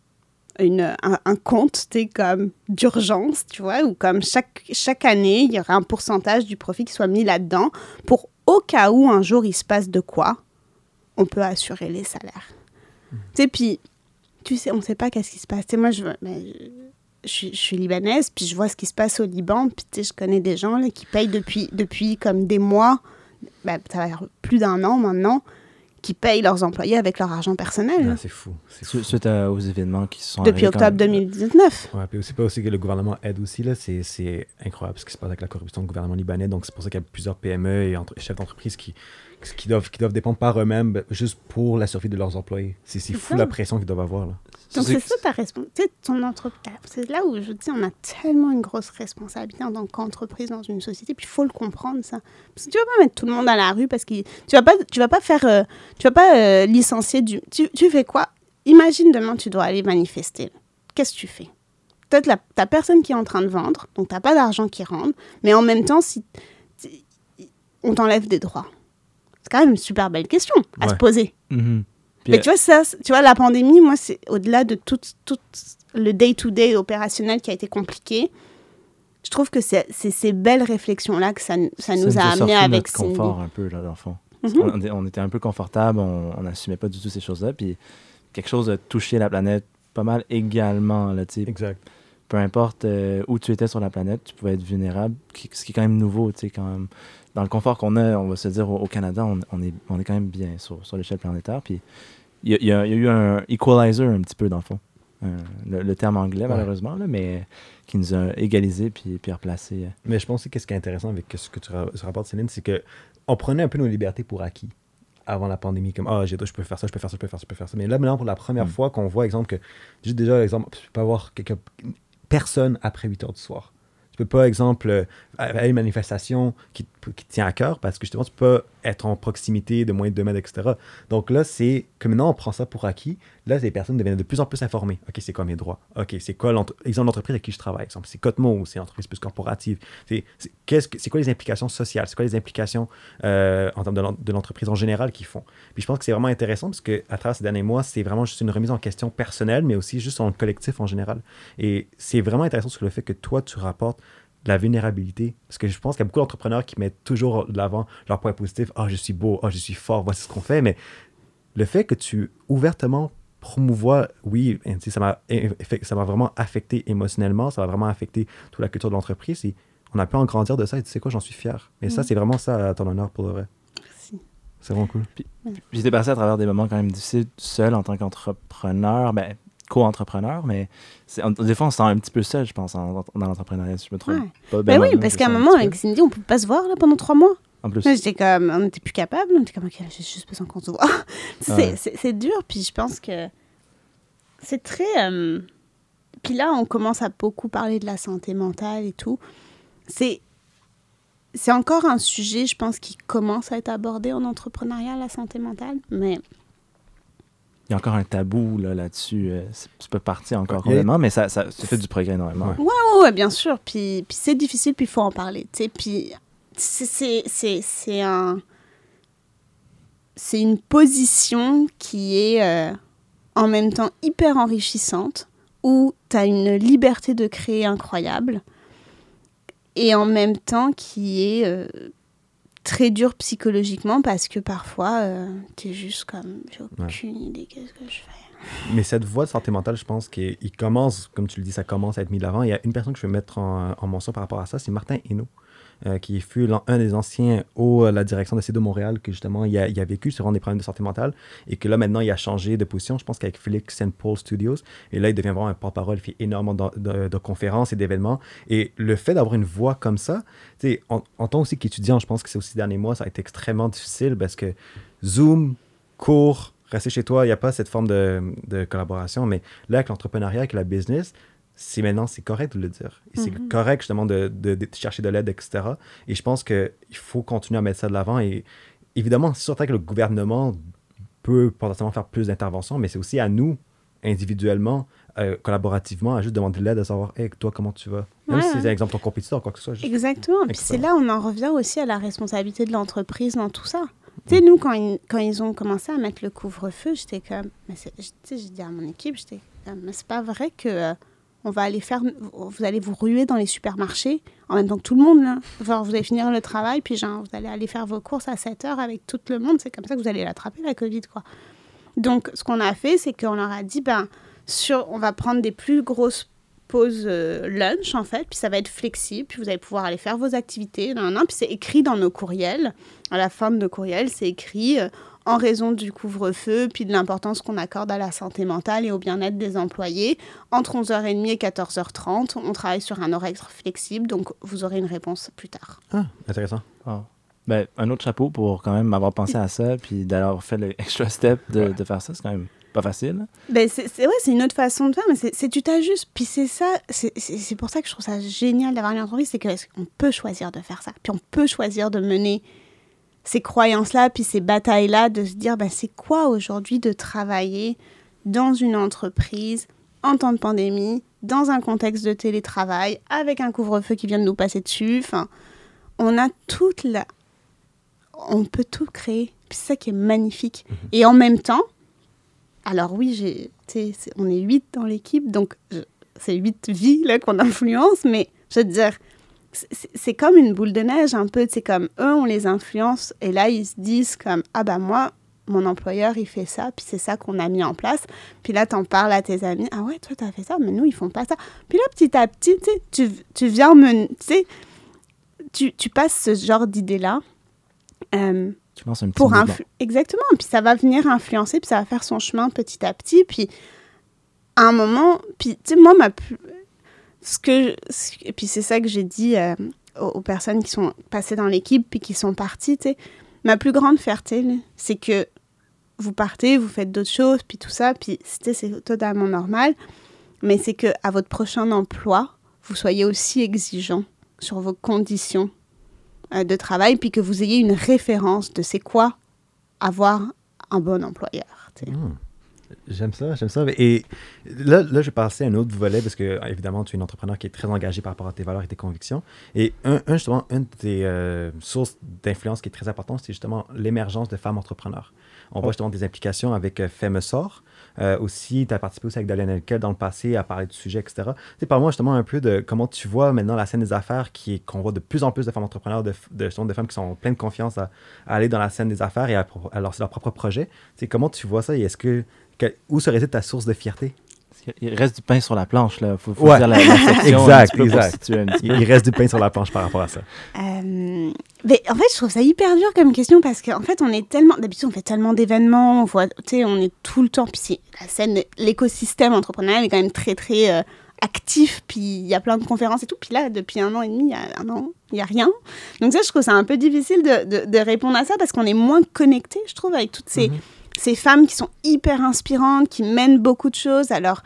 compte comme d'urgence, tu vois, où comme chaque année, il y aura un pourcentage du profit qui soit mis là-dedans pour, au cas où un jour il se passe de quoi, on peut assurer les salaires. Puis, tu sais, on ne sait pas qu'est-ce qui se passe. Moi, je suis libanaise, puis je vois ce qui se passe au Liban, puis je connais des gens là, qui payent depuis comme des mois, ça va faire plus d'1 an maintenant, qui payent leurs employés avec leur argent personnel. C'est fou. Suite aux événements qui se sont depuis octobre 2019. Ouais, puis c'est pas aussi que le gouvernement aide aussi, là. C'est incroyable ce qui se passe avec la corruption du gouvernement libanais. Donc, c'est pour ça qu'il y a plusieurs PME et chefs d'entreprise qui doivent dépendre par eux-mêmes juste pour la survie de leurs employés. C'est fou la pression qu'ils doivent avoir, là. Donc c'est ça ta responsabilité, ton entreprise. C'est là où je dis, on a tellement une grosse responsabilité en tant qu'entreprise dans une société, puis il faut le comprendre ça. Parce que tu vas pas mettre tout le monde à la rue parce que tu vas pas licencier tu fais quoi? Imagine demain tu dois aller manifester. Qu'est-ce que tu fais? Peut-être t'as personne qui est en train de vendre, donc t'as pas d'argent qui rentre, mais en même temps, si on t'enlève des droits. C'est quand même une super belle question à se poser. Mm-hmm. Mais tu vois, la pandémie, moi, c'est au-delà de tout le day-to-day opérationnel qui a été compliqué. Je trouve que c'est ces belles réflexions-là que ça nous a amené avec Cindy. confort un peu, là, dans le fond. Mm-hmm. On était un peu confortable, on n'assumait pas du tout ces choses-là, puis quelque chose a touché la planète pas mal également, là, tu sais. Exact. Peu importe où tu étais sur la planète, tu pouvais être vulnérable, ce qui est quand même nouveau, tu sais, quand même. Dans le confort qu'on a, on va se dire, au Canada, on est quand même bien sur l'échelle planétaire, puis il y a eu un equalizer un petit peu, dans le fond. Le terme anglais, malheureusement, là, mais qui nous a égalisés puis replacés. Mais je pense que ce qui est intéressant avec ce que tu rapportes, Céline, c'est qu'on prenait un peu nos libertés pour acquis avant la pandémie, comme je peux faire ça, je peux faire ça. Mais là, maintenant, pour la première fois qu'on voit, exemple, que juste déjà, exemple, tu peux pas avoir personne après 8 heures du soir. Tu peux pas, exemple, à une manifestation qui te tient à cœur parce que justement, tu peux être en proximité de moins de 2 mètres, etc. Donc là, c'est que maintenant, on prend ça pour acquis. Là, les personnes deviennent de plus en plus informées. OK, c'est quoi mes droits? OK, c'est quoi l'exemple d'entreprise avec qui je travaille? Exemple, c'est Cotmo ou c'est une entreprise plus corporative? C'est quoi les implications sociales? C'est quoi les implications en termes de l'entreprise en général qu'ils font? Puis je pense que c'est vraiment intéressant parce qu'à travers ces derniers mois, c'est vraiment juste une remise en question personnelle, mais aussi juste en collectif en général. Et c'est vraiment intéressant sur le fait que toi, tu rapportes de la vulnérabilité. Parce que je pense qu'il y a beaucoup d'entrepreneurs qui mettent toujours de l'avant leur point positif. Je suis beau, je suis fort, voici ce qu'on fait. Mais le fait que tu ouvertement promouvois, oui, ça m'a vraiment affecté émotionnellement, ça va vraiment affecter toute la culture de l'entreprise. Et on a pu en grandir de ça et tu sais quoi, j'en suis fier. Mais ça, c'est vraiment ça à ton honneur pour le vrai. Merci. C'est vraiment cool. Puis j'étais passé à travers des moments quand même difficiles seul en tant qu'entrepreneur. Co-entrepreneur, mais des fois, on se sent un petit peu seul, je pense, dans l'entrepreneuriat, si je me trompe pas. Oui, parce qu'à un moment, avec Cindy, on ne pouvait pas se voir là, pendant 3 mois. En plus. Là, j'étais comme, on n'était plus capable. On était comme, OK, j'ai juste besoin qu'on se voit. C'est dur, puis je pense que c'est très... Puis là, on commence à beaucoup parler de la santé mentale et tout. C'est encore un sujet, je pense, qui commence à être abordé en entrepreneuriat, la santé mentale, mais... Il y a encore un tabou là-dessus. Tu peux partir encore complètement, mais ça fait du progrès énormément. Ouais, bien sûr. Puis c'est difficile, puis il faut en parler. Puis c'est une position qui est en même temps hyper enrichissante, où tu as une liberté de créer incroyable, et en même temps qui est... très dur psychologiquement parce que parfois, t'es juste comme, j'ai aucune idée, qu'est-ce que je fais? Mais cette voie de santé mentale, je pense qu'il commence, comme tu le dis, ça commence à être mis de l'avant. Il y a une personne que je veux mettre en mention par rapport à ça, c'est Martin Hainaut, qui fut un des anciens la direction de CEDO Montréal, que justement, il a vécu sur des problèmes de santé mentale et que là, maintenant, il a changé de position, je pense qu'avec Felix & Paul Studios. Et là, il devient vraiment un porte-parole, il fait énormément de conférences et d'événements. Et le fait d'avoir une voix comme ça, tu sais, en tant aussi qu'étudiant, je pense que ces derniers mois, ça a été extrêmement difficile parce que Zoom, cours, rester chez toi, il n'y a pas cette forme de collaboration. Mais là, avec l'entrepreneuriat, avec la business, c'est correct de le dire. Et c'est correct, justement, de chercher de l'aide, etc. Et je pense qu'il faut continuer à mettre ça de l'avant. Et évidemment, c'est certain que le gouvernement peut potentiellement faire plus d'interventions, mais c'est aussi à nous, individuellement, collaborativement, à juste demander de l'aide, à savoir, hey, toi, comment tu vas? Même si c'est, par exemple, ton compétiteur ou quoi que ce soit. Exactement. Puis c'est là où on en revient aussi à la responsabilité de l'entreprise dans tout ça. Tu sais, nous, quand ils ont commencé à mettre le couvre-feu, j'étais comme... j'ai dit à mon équipe, j'étais comme, mais c'est pas vrai que... vous allez vous ruer dans les supermarchés en même temps que tout le monde. Là. Genre, vous allez finir le travail, puis genre, vous allez aller faire vos courses à 7 heures avec tout le monde. C'est comme ça que vous allez l'attraper, la COVID, quoi. Donc, ce qu'on a fait, c'est qu'on leur a dit, on va prendre des plus grosses pauses lunch, en fait, puis ça va être flexible, puis vous allez pouvoir aller faire vos activités. Puis c'est écrit dans nos courriels. À la fin de nos courriels, c'est écrit... en raison du couvre-feu, puis de l'importance qu'on accorde à la santé mentale et au bien-être des employés. Entre 11h30 et 14h30, on travaille sur un horaire flexible, donc vous aurez une réponse plus tard. Ah, intéressant. Oh. Un autre chapeau pour quand même avoir pensé à ça, puis d'avoir fait le extra step de faire ça, c'est quand même pas facile. Ben c'est une autre façon de faire, mais c'est tu t'ajustes. Puis c'est ça, c'est pour ça que je trouve ça génial d'avoir une entreprise, c'est qu'on peut choisir de faire ça. Puis on peut choisir de mener ces croyances-là, puis ces batailles-là, de se dire, c'est quoi aujourd'hui de travailler dans une entreprise en temps de pandémie, dans un contexte de télétravail, avec un couvre-feu qui vient de nous passer dessus. Enfin, on a on peut tout créer. Puis c'est ça qui est magnifique. Et en même temps, alors oui, on est 8 dans l'équipe, donc c'est 8 vies là, qu'on influence, mais je veux te dire, c'est comme une boule de neige un peu. C'est comme eux, on les influence, et là, ils se disent comme, moi, mon employeur, il fait ça, puis c'est ça qu'on a mis en place. Puis là, t'en parles à tes amis. Ah ouais, toi, t'as fait ça, mais nous, ils font pas ça. Puis là, petit à petit, tu viens tu passes ce genre d'idée-là. Tu lances un petit mouvement. Exactement. Puis ça va venir influencer, puis ça va faire son chemin petit à petit. Puis à un moment, puis tu sais, moi, et puis c'est ça que j'ai dit aux personnes qui sont passées dans l'équipe puis qui sont parties, tu sais, ma plus grande fierté, là, c'est que vous partez, vous faites d'autres choses, puis tout ça, puis c'est totalement normal, mais c'est qu'à votre prochain emploi, vous soyez aussi exigeant sur vos conditions de travail, puis que vous ayez une référence de c'est quoi avoir un bon employeur. J'aime ça. Et là, je vais passer à un autre volet, parce que, évidemment, tu es une entrepreneur qui est très engagée par rapport à tes valeurs et tes convictions. Et justement, une de tes sources d'influence qui est très importante, c'est justement l'émergence de femmes entrepreneurs. On voit justement des implications avec Femessor. Aussi, tu as participé aussi avec Dalian Elkel dans le passé à parler du sujet, etc. Parle-moi justement un peu de comment tu vois maintenant la scène des affaires, qu'on voit de plus en plus de femmes entrepreneurs, de femmes qui sont pleines de confiance à aller dans la scène des affaires et à lancer leur propre projet. Comment tu vois ça et où serait ta source de fierté? Il reste du pain sur la planche, là. Faut dire la section exact. Il reste du pain sur la planche par rapport à ça. Mais en fait, je trouve ça hyper dur comme question parce qu'en fait, d'habitude, on fait tellement d'événements, on est tout le temps. Puis la scène, l'écosystème entrepreneurial est quand même très, très actif. Puis il y a plein de conférences et tout. Puis là, depuis 1 an et demi, il n'y a rien. Donc ça, je trouve ça un peu difficile de répondre à ça parce qu'on est moins connectés, je trouve, avec toutes ces femmes qui sont hyper inspirantes, qui mènent beaucoup de choses. Alors,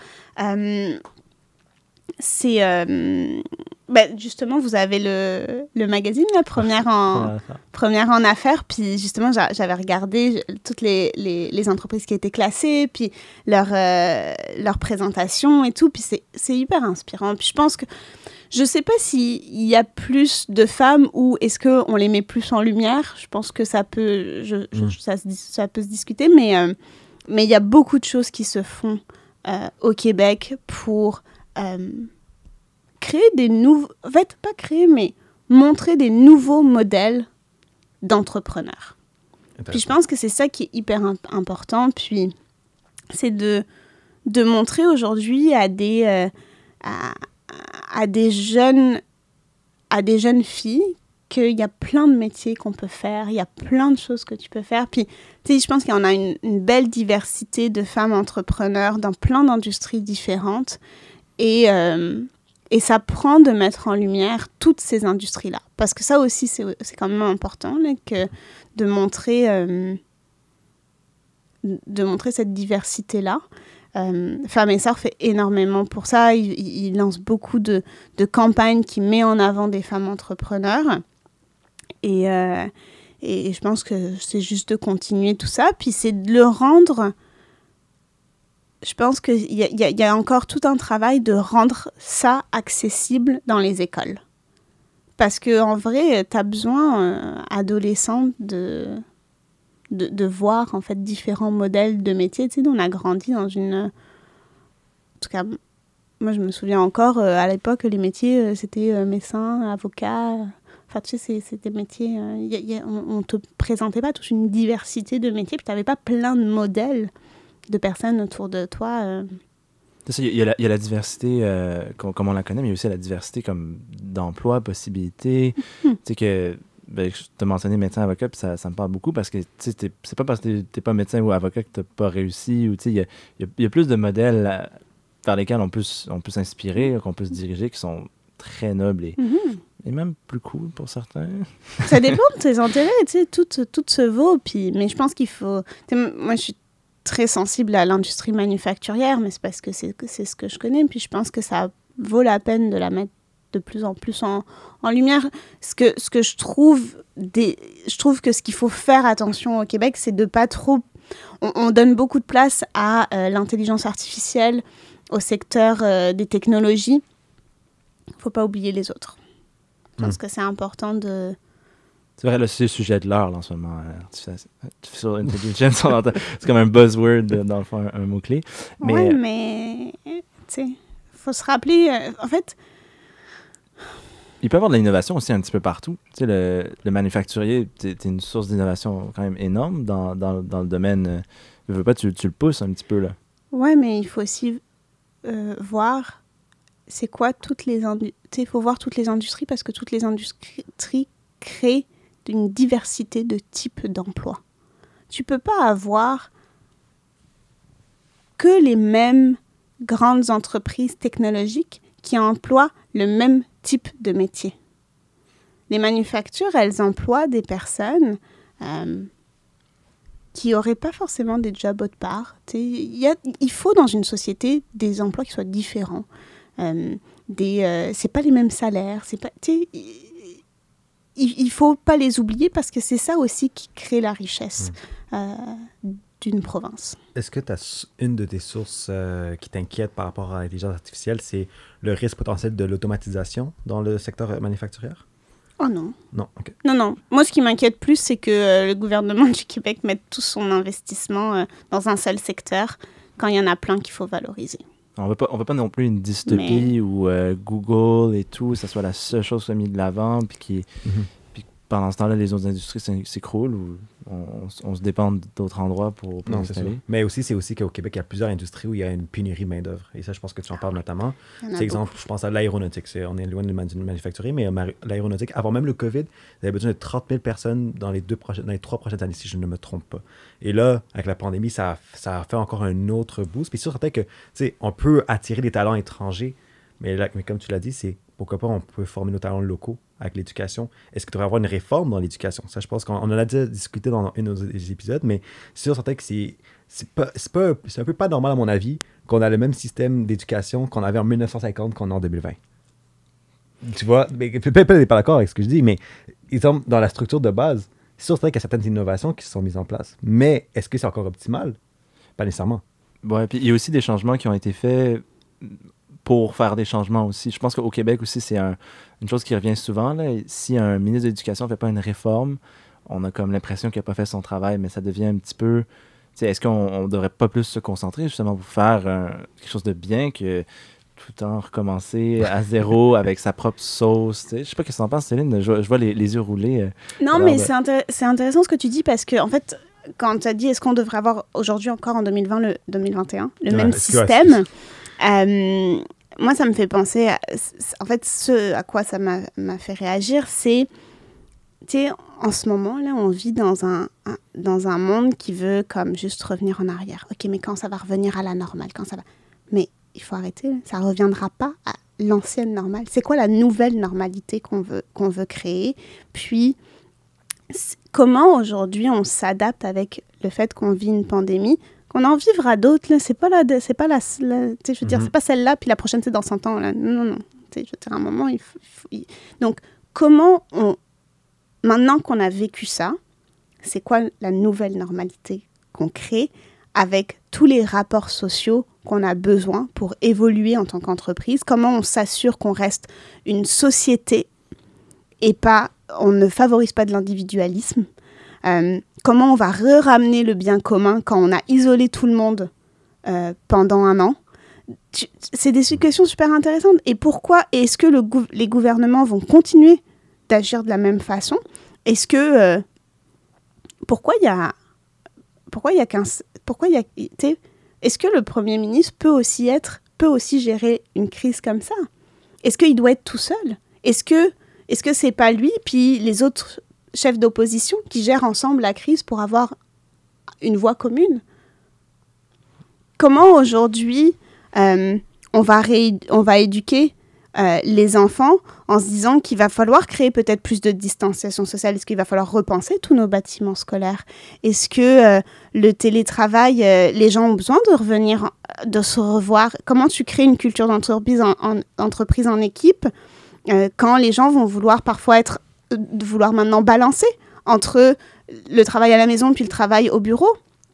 justement, vous avez le magazine, là, première en affaires. Puis justement, j'avais regardé toutes les entreprises qui étaient classées, puis leur présentation et tout. Puis c'est hyper inspirant. Puis je pense que je ne sais pas s'il y a plus de femmes ou est-ce qu'on les met plus en lumière. Je pense que ça peut, ça peut se discuter, mais il y a beaucoup de choses qui se font au Québec pour créer des nouveaux... En fait, pas créer, mais montrer des nouveaux modèles d'entrepreneurs. Puis je pense que c'est ça qui est hyper important. Puis c'est de montrer aujourd'hui à des jeunes filles qu'il y a plein de métiers qu'on peut faire, il y a plein de choses que tu peux faire. Puis, tu sais, je pense qu'il y en a une belle diversité de femmes entrepreneurs dans plein d'industries différentes. Et ça prend de mettre en lumière toutes ces industries-là. Parce que ça aussi, c'est quand même important, là, de montrer cette diversité-là. Femessor fait énormément pour ça. Il lance beaucoup de campagnes qui mettent en avant des femmes entrepreneurs. Et je pense que c'est juste de continuer tout ça. Puis c'est de le rendre... Je pense qu'il y a encore tout un travail de rendre ça accessible dans les écoles. Parce qu'en vrai, tu as besoin, adolescente, de voir en fait différents modèles de métiers. Tu sais, on a grandi dans une... En tout cas, moi je me souviens encore, à l'époque, les métiers, c'était médecin, avocat. Enfin, tu sais, c'était métiers... on ne te présentait pas toute une diversité de métiers, puis tu n'avais pas plein de modèles de personnes autour de toi. Il y a la diversité comme on la connaît, mais il y a aussi la diversité comme d'emploi, possibilités. Tu sais que... je t'ai mentionné médecin, avocat, puis ça me parle beaucoup parce que c'est pas parce que t'es pas médecin ou avocat que t'as pas réussi. Ou il y a plus de modèles vers lesquels on peut s'inspirer, qu'on peut se diriger, qui sont très nobles et même plus cool pour certains. Ça dépend de tes intérêts, tu sais, tout se vaut. Mais je pense qu'il faut... Moi, je suis très sensible à l'industrie manufacturière, mais c'est parce que c'est ce que je connais. Puis je pense que ça vaut la peine de la mettre de plus en plus en lumière. Ce que je trouve que ce qu'il faut faire attention au Québec, c'est de pas trop... On donne beaucoup de place à l'intelligence artificielle, au secteur des technologies. Il ne faut pas oublier les autres. Je pense que c'est important de... C'est vrai, là, c'est le sujet de l'heure, là, en ce moment. Artificial intelligence, c'est comme un buzzword, dans le fond, un mot-clé. Oui, mais tu sais, il faut se rappeler... en fait... Il peut y avoir de l'innovation aussi un petit peu partout. Tu sais, le manufacturier, c'est une source d'innovation quand même énorme dans le domaine. Je veux pas, tu le pousses un petit peu, là. Oui, mais il faut aussi voir c'est quoi toutes les industries. Il faut voir toutes les industries parce que toutes les industries créent une diversité de types d'emplois. Tu peux pas avoir que les mêmes grandes entreprises technologiques qui emploient le même type de métier. Les manufactures, elles emploient des personnes qui n'auraient pas forcément des jobs autre part. Il faut dans une société des emplois qui soient différents. C'est pas les mêmes salaires. C'est pas, il faut pas les oublier parce que c'est ça aussi qui crée la richesse d'une province. Est-ce que une de tes sources qui t'inquiète par rapport à l'intelligence artificielle, c'est le risque potentiel de l'automatisation dans le secteur manufacturier? Oh non. Non, OK. Non. Moi, ce qui m'inquiète plus, c'est que le gouvernement du Québec mette tout son investissement dans un seul secteur quand il y en a plein qu'il faut valoriser. On veut pas non plus une dystopie où Google et tout, ça soit la seule chose qui soit mise de l'avant, puis pendant ce temps-là, les autres industries s'écroulent ou on se dépend d'autres endroits pour s'installer. Mais aussi, c'est aussi qu'au Québec, il y a plusieurs industries où il y a une pénurie de main-d'œuvre. Et ça, je pense que tu en parles notamment. C'est exemple, je pense à l'aéronautique. On est loin de manufacturier, mais l'aéronautique, avant même le COVID, il y avait besoin de 30 000 personnes dans les 3 prochaines années, si je ne me trompe pas. Et là, avec la pandémie, ça a fait encore un autre boost. Puis sûr, que, tu sais, on peut attirer des talents étrangers, mais comme tu l'as dit, c'est pourquoi pas on peut former nos talents locaux avec l'éducation. Est-ce qu'il devrait y avoir une réforme dans l'éducation? Ça, je pense qu'on en a déjà discuté dans un des épisodes, mais c'est sûr, certain que c'est un peu pas normal, à mon avis, qu'on a le même système d'éducation qu'on avait en 1950 qu'on a en 2020. Tu vois, mais peut-être n'est pas d'accord avec ce que je dis, mais exemple, dans la structure de base, c'est sûr, certain qu'il y a certaines innovations qui se sont mises en place. Mais est-ce que c'est encore optimal? Pas nécessairement. Ouais, puis il y a aussi des changements qui ont été faits pour faire des changements aussi. Je pense qu'au Québec aussi, c'est une chose qui revient souvent. Là. Si un ministre de l'Éducation ne fait pas une réforme, on a comme l'impression qu'il n'a pas fait son travail, mais ça devient un petit peu... Est-ce qu'on ne devrait pas plus se concentrer justement pour faire quelque chose de bien que tout le temps recommencer à zéro avec sa propre sauce? Je ne sais pas ce que tu en penses, Céline. Je vois les yeux rouler. Non, mais c'est intéressant ce que tu dis parce que, en fait, quand tu as dit est-ce qu'on devrait avoir aujourd'hui encore en 2021 le même système, moi, ça me fait penser en fait, ce à quoi ça m'a fait réagir, c'est, tu sais, en ce moment, là, on vit dans un monde qui veut comme juste revenir en arrière. OK, mais quand ça va revenir à la normale, Mais il faut arrêter, ça ne reviendra pas à l'ancienne normale. C'est quoi la nouvelle normalité qu'on veut créer? Puis, comment aujourd'hui on s'adapte avec le fait qu'on vit une pandémie? Qu'on en vivra d'autres, là, c'est pas c'est pas celle-là, puis la prochaine, c'est dans 100 ans, là. Non. Je veux dire, à un moment, Donc, comment maintenant qu'on a vécu ça, c'est quoi la nouvelle normalité qu'on crée avec tous les rapports sociaux qu'on a besoin pour évoluer en tant qu'entreprise? Comment on s'assure qu'on reste une société et on ne favorise pas de l'individualisme? Comment on va ramener le bien commun quand on a isolé tout le monde pendant un an? C'est des questions super intéressantes. Et pourquoi est-ce que les gouvernements vont continuer d'agir de la même façon? Est-ce que est-ce que le Premier ministre peut aussi gérer une crise comme ça? Est-ce qu'il doit être tout seul? Est-ce que c'est pas lui puis les autres chefs d'opposition qui gèrent ensemble la crise pour avoir une voie commune? Comment aujourd'hui on va éduquer les enfants en se disant qu'il va falloir créer peut-être plus de distanciation sociale? Est-ce qu'il va falloir repenser tous nos bâtiments scolaires? Est-ce que le télétravail, les gens ont besoin de revenir, de se revoir? Comment tu crées une culture d'entreprise en équipe quand les gens vont vouloir parfois vouloir maintenant balancer entre le travail à la maison puis le travail au bureau?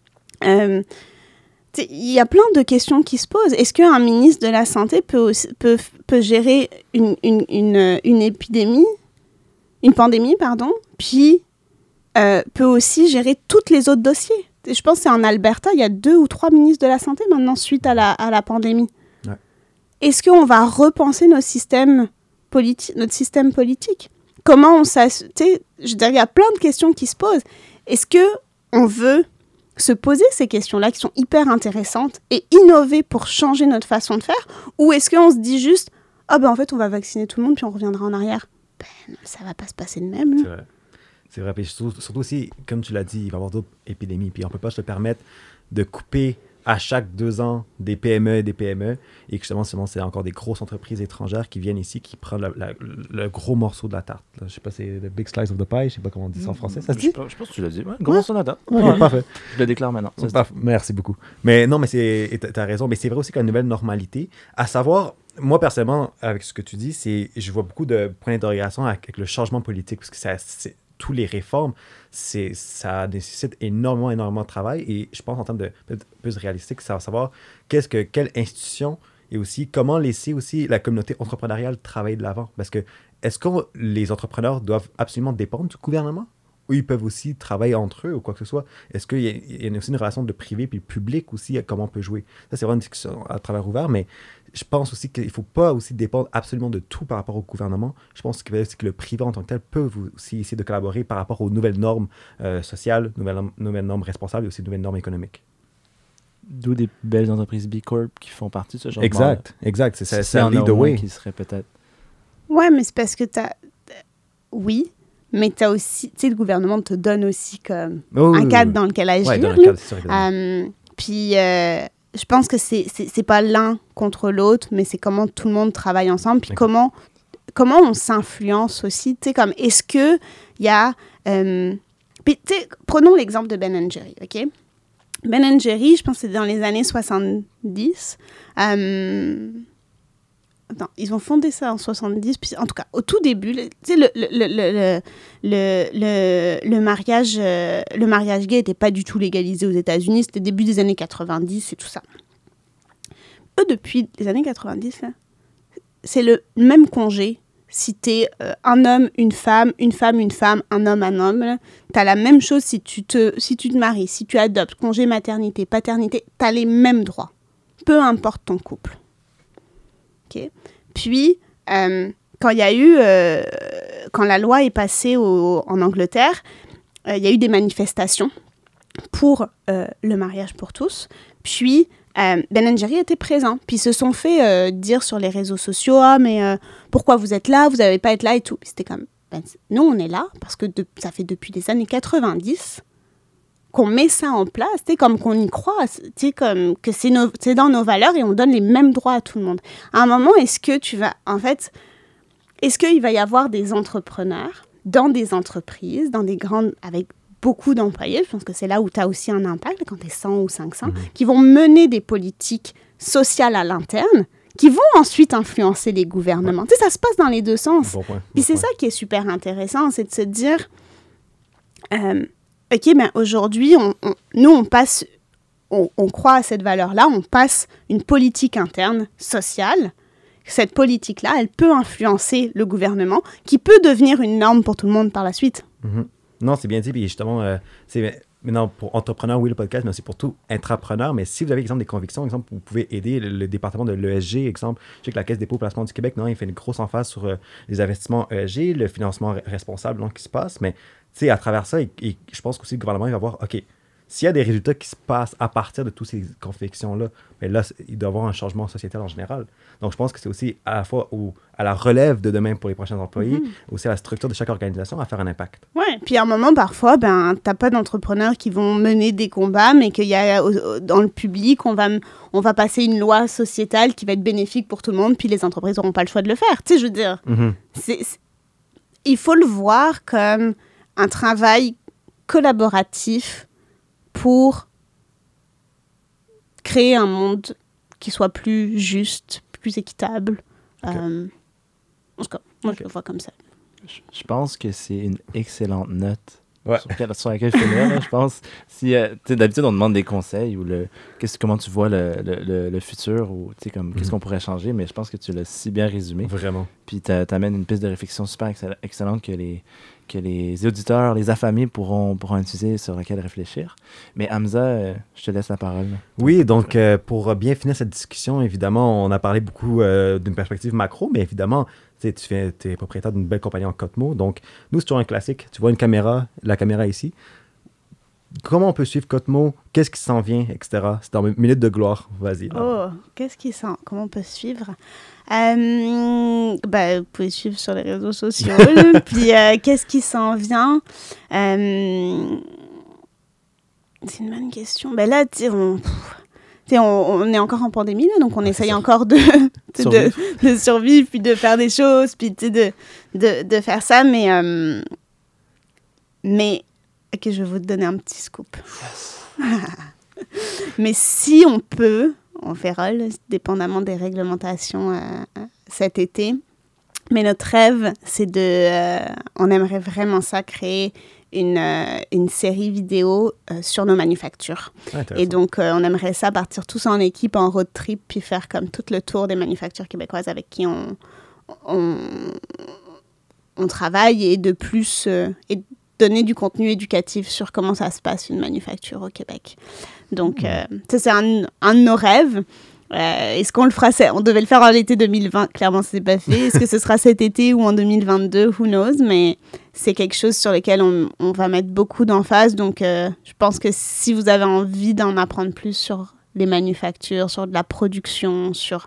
Il y a plein de questions qui se posent. Est-ce qu'un ministre de la Santé peut gérer une épidémie, une pandémie, puis peut aussi gérer tous les autres dossiers? Je pense que c'est en Alberta, il y a 2 ou 3 ministres de la Santé maintenant suite à la pandémie. Ouais. Est-ce qu'on va repenser notre système politique? Comment on je veux dire, il y a plein de questions qui se posent. Est-ce qu'on veut se poser ces questions-là qui sont hyper intéressantes et innover pour changer notre façon de faire? Ou est-ce qu'on se dit juste « Ah en fait, on va vacciner tout le monde puis on reviendra en arrière ?» Ça va pas se passer de même. C'est vrai. C'est vrai. Puis surtout aussi, comme tu l'as dit, il va y avoir d'autres épidémies. Puis on peut pas se permettre de couper à chaque 2 ans des PME et des PME. Et justement, c'est encore des grosses entreprises étrangères qui viennent ici, qui prennent le gros morceau de la tarte. Là, je sais pas, c'est le big slice of the pie. Je sais pas comment on dit ça en français. Ça se dit? Je pense que tu l'as dit. Ouais, gros morceau de la tarte. Ouais, parfait. Je le déclare maintenant. Merci beaucoup. Mais non, mais t'as raison. Mais c'est vrai aussi qu'il y a une nouvelle normalité. À savoir, moi, personnellement, avec ce que tu dis, je vois beaucoup de points d'interrogation avec le changement politique. Parce que tous les réformes, ça nécessite énormément de travail. Et je pense, en termes de plus réalistique, c'est à savoir quelle institution et aussi comment laisser aussi la communauté entrepreneuriale travailler de l'avant. Parce que est-ce que les entrepreneurs doivent absolument dépendre du gouvernement? Ou ils peuvent aussi travailler entre eux ou quoi que ce soit? Est-ce qu'il y a aussi une relation de privé puis public aussi, comment on peut jouer? Ça, c'est vraiment une discussion à travers ouvert, mais je pense aussi qu'il ne faut pas aussi dépendre absolument de tout par rapport au gouvernement. Je pense que le privé en tant que tel peut aussi essayer de collaborer par rapport aux nouvelles normes sociales, nouvelles normes responsables et aussi nouvelles normes économiques. D'où des belles entreprises B Corp qui font partie de ce genre exact. C'est un lead the way. Qui serait peut-être... Ouais, mais c'est parce que oui, mais tu as aussi, le gouvernement te donne aussi comme un cadre dans lequel agir. Puis je pense que c'est pas l'un contre l'autre, mais c'est comment tout le monde travaille ensemble, puis comment on s'influence aussi. Comme est-ce que il y a, puis prenons l'exemple de Ben & Jerry, ok? Ben & Jerry, je pense que c'est dans les années 70. Ils ont fondé ça en 70, puis en tout cas, au tout début, le mariage gay n'était pas du tout légalisé aux États-Unis, c'était début des années 90 et tout ça. Eux, depuis les années 90, là, c'est le même congé. Si t'es un homme, une femme, un homme, t'as la même chose si tu te maries, si tu adoptes, congé maternité, paternité, t'as les mêmes droits, peu importe ton couple. Okay. Puis, quand la loi est passée en Angleterre, il y a eu des manifestations pour le mariage pour tous. Puis, Ben & Jerry était présent. Puis, ils se sont fait dire sur les réseaux sociaux « Ah, mais pourquoi vous êtes là? Vous n'allez pas être là et tout. » Puis c'était comme nous, on est là parce que ça fait depuis les années 90 qu'on met ça en place, comme qu'on y croit, comme que c'est dans nos valeurs et on donne les mêmes droits à tout le monde. À un moment, est-ce qu'il va y avoir des entrepreneurs dans des entreprises, dans des grandes, avec beaucoup d'employés, je pense que c'est là où tu as aussi un impact, quand tu es 100 ou 500, qui vont mener des politiques sociales à l'interne, qui vont ensuite influencer les gouvernements. Ça se passe dans les deux sens. Puis c'est ça qui est super intéressant, c'est de se dire... OK, mais aujourd'hui, on croit à cette valeur-là, on passe une politique interne, sociale. Cette politique-là, elle peut influencer le gouvernement, qui peut devenir une norme pour tout le monde par la suite. Mm-hmm. Non, c'est bien dit, puis justement, maintenant, pour entrepreneur, oui, le podcast, mais aussi pour tout intrapreneur. Mais si vous avez, exemple, des convictions, exemple, vous pouvez aider le département de l'ESG, exemple. Je sais que la Caisse des dépôts et placements du Québec, il fait une grosse emphase sur les investissements ESG, le financement responsable qui se passe, mais à travers ça, et je pense qu'aussi le gouvernement il va voir, OK, s'il y a des résultats qui se passent à partir de toutes ces confections-là, mais là, il doit y avoir un changement sociétal en général. Donc, je pense que c'est aussi à la fois à la relève de demain pour les prochains employés, aussi à la structure de chaque organisation à faire un impact. Oui, puis à un moment, parfois, t'as pas d'entrepreneurs qui vont mener des combats, mais qu'il y a dans le public, on va passer une loi sociétale qui va être bénéfique pour tout le monde, puis les entreprises n'auront pas le choix de le faire. Tu sais, je veux dire, il faut le voir comme un travail collaboratif pour créer un monde qui soit plus juste, plus équitable. En tout cas, moi, je le vois comme ça. Je pense que c'est une excellente note Ouais. sur laquelle je finir, là, je pense. Si, d'habitude, on demande des conseils ou comment tu vois le futur ou qu'est-ce qu'on pourrait changer, mais je pense que tu l'as si bien résumé. Vraiment. Puis tu amènes une piste de réflexion super excellente que les auditeurs, les affamés pourront utiliser, sur laquelle réfléchir. Mais Hamza, je te laisse la parole. Oui, donc pour bien finir cette discussion, évidemment, on a parlé beaucoup d'une perspective macro, mais évidemment, tu es propriétaire d'une belle compagnie en Cotmo. Donc, nous, c'est toujours un classique. Tu vois une caméra, la caméra ici. Comment on peut suivre Cotmo? Qu'est-ce qui s'en vient, etc. C'est dans Minute de gloire. Vas-y. Oh, comment on peut suivre? Vous pouvez suivre sur les réseaux sociaux. Puis, qu'est-ce qui s'en vient? C'est une bonne question. Là, on est encore en pandémie, là, donc on essaye encore de survivre, puis de faire des choses, puis de faire ça. Mais ok, je vais vous donner un petit scoop. Mais si on peut, on verra, là, dépendamment des réglementations cet été. Mais notre rêve, c'est on aimerait vraiment ça, créer une série vidéo sur nos manufactures. Et donc, on aimerait ça partir tous en équipe, en road trip, puis faire comme tout le tour des manufactures québécoises avec qui on travaille et de plus... et donner du contenu éducatif sur comment ça se passe une manufacture au Québec. Donc, ça, c'est un de nos rêves. Est-ce qu'on le fera? On devait le faire en l'été 2020. Clairement, ce n'est pas fait. Est-ce que ce sera cet été ou en 2022? Who knows? Mais c'est quelque chose sur lequel on va mettre beaucoup d'emphase. Donc, je pense que si vous avez envie d'en apprendre plus sur les manufactures, sur de la production, sur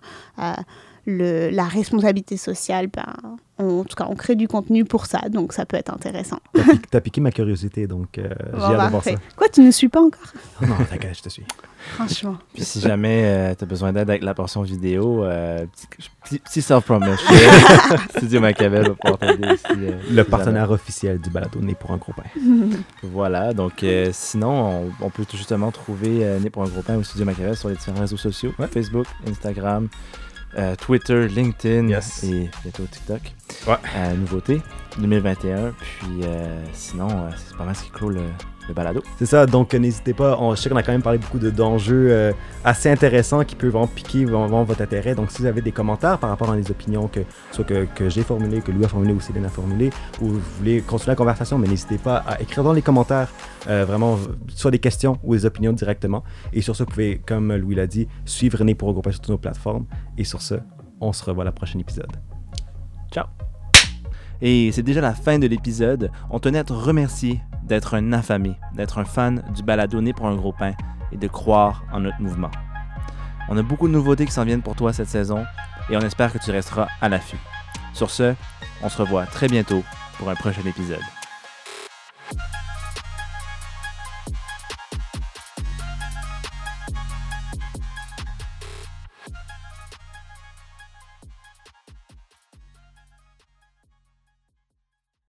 la responsabilité sociale, en tout cas, on crée du contenu pour ça, donc ça peut être intéressant. T'as piqué ma curiosité, donc j'ai hâte de voir ça. Quoi, tu ne suis pas encore? Non, t'inquiète, je te suis. Franchement. Puis si jamais t'as besoin d'aide avec la portion vidéo, petit self-promote. Studio Machiavel va pouvoir t'aider aussi. Le partenaire officiel du balado Né pour un gros pain. Voilà, donc sinon, on peut justement trouver Né pour un gros pain au Studio Machiavel sur les différents réseaux sociaux. Ouais. Facebook, Instagram, Twitter, LinkedIn et bientôt TikTok. Ouais. Nouveauté 2021. Puis sinon, c'est pas mal ce qui clôt le balado. C'est ça, donc n'hésitez pas. Je sais qu'on a quand même parlé beaucoup d'enjeux assez intéressants qui peuvent vraiment piquer vraiment votre intérêt. Donc si vous avez des commentaires par rapport à des opinions que j'ai formulées, que Louis a formulées ou Céline a formulées, ou vous voulez continuer la conversation, mais n'hésitez pas à écrire dans les commentaires vraiment soit des questions ou des opinions directement. Et sur ce, vous pouvez, comme Louis l'a dit, suivre Né pour un gros pain sur toutes nos plateformes. Et sur ce, on se revoit à la prochaine épisode. Ciao! Et c'est déjà la fin de l'épisode. On tenait à te remercier d'être un affamé, d'être un fan du balado Né pour un gros pain et de croire en notre mouvement. On a beaucoup de nouveautés qui s'en viennent pour toi cette saison et on espère que tu resteras à l'affût. Sur ce, on se revoit très bientôt pour un prochain épisode.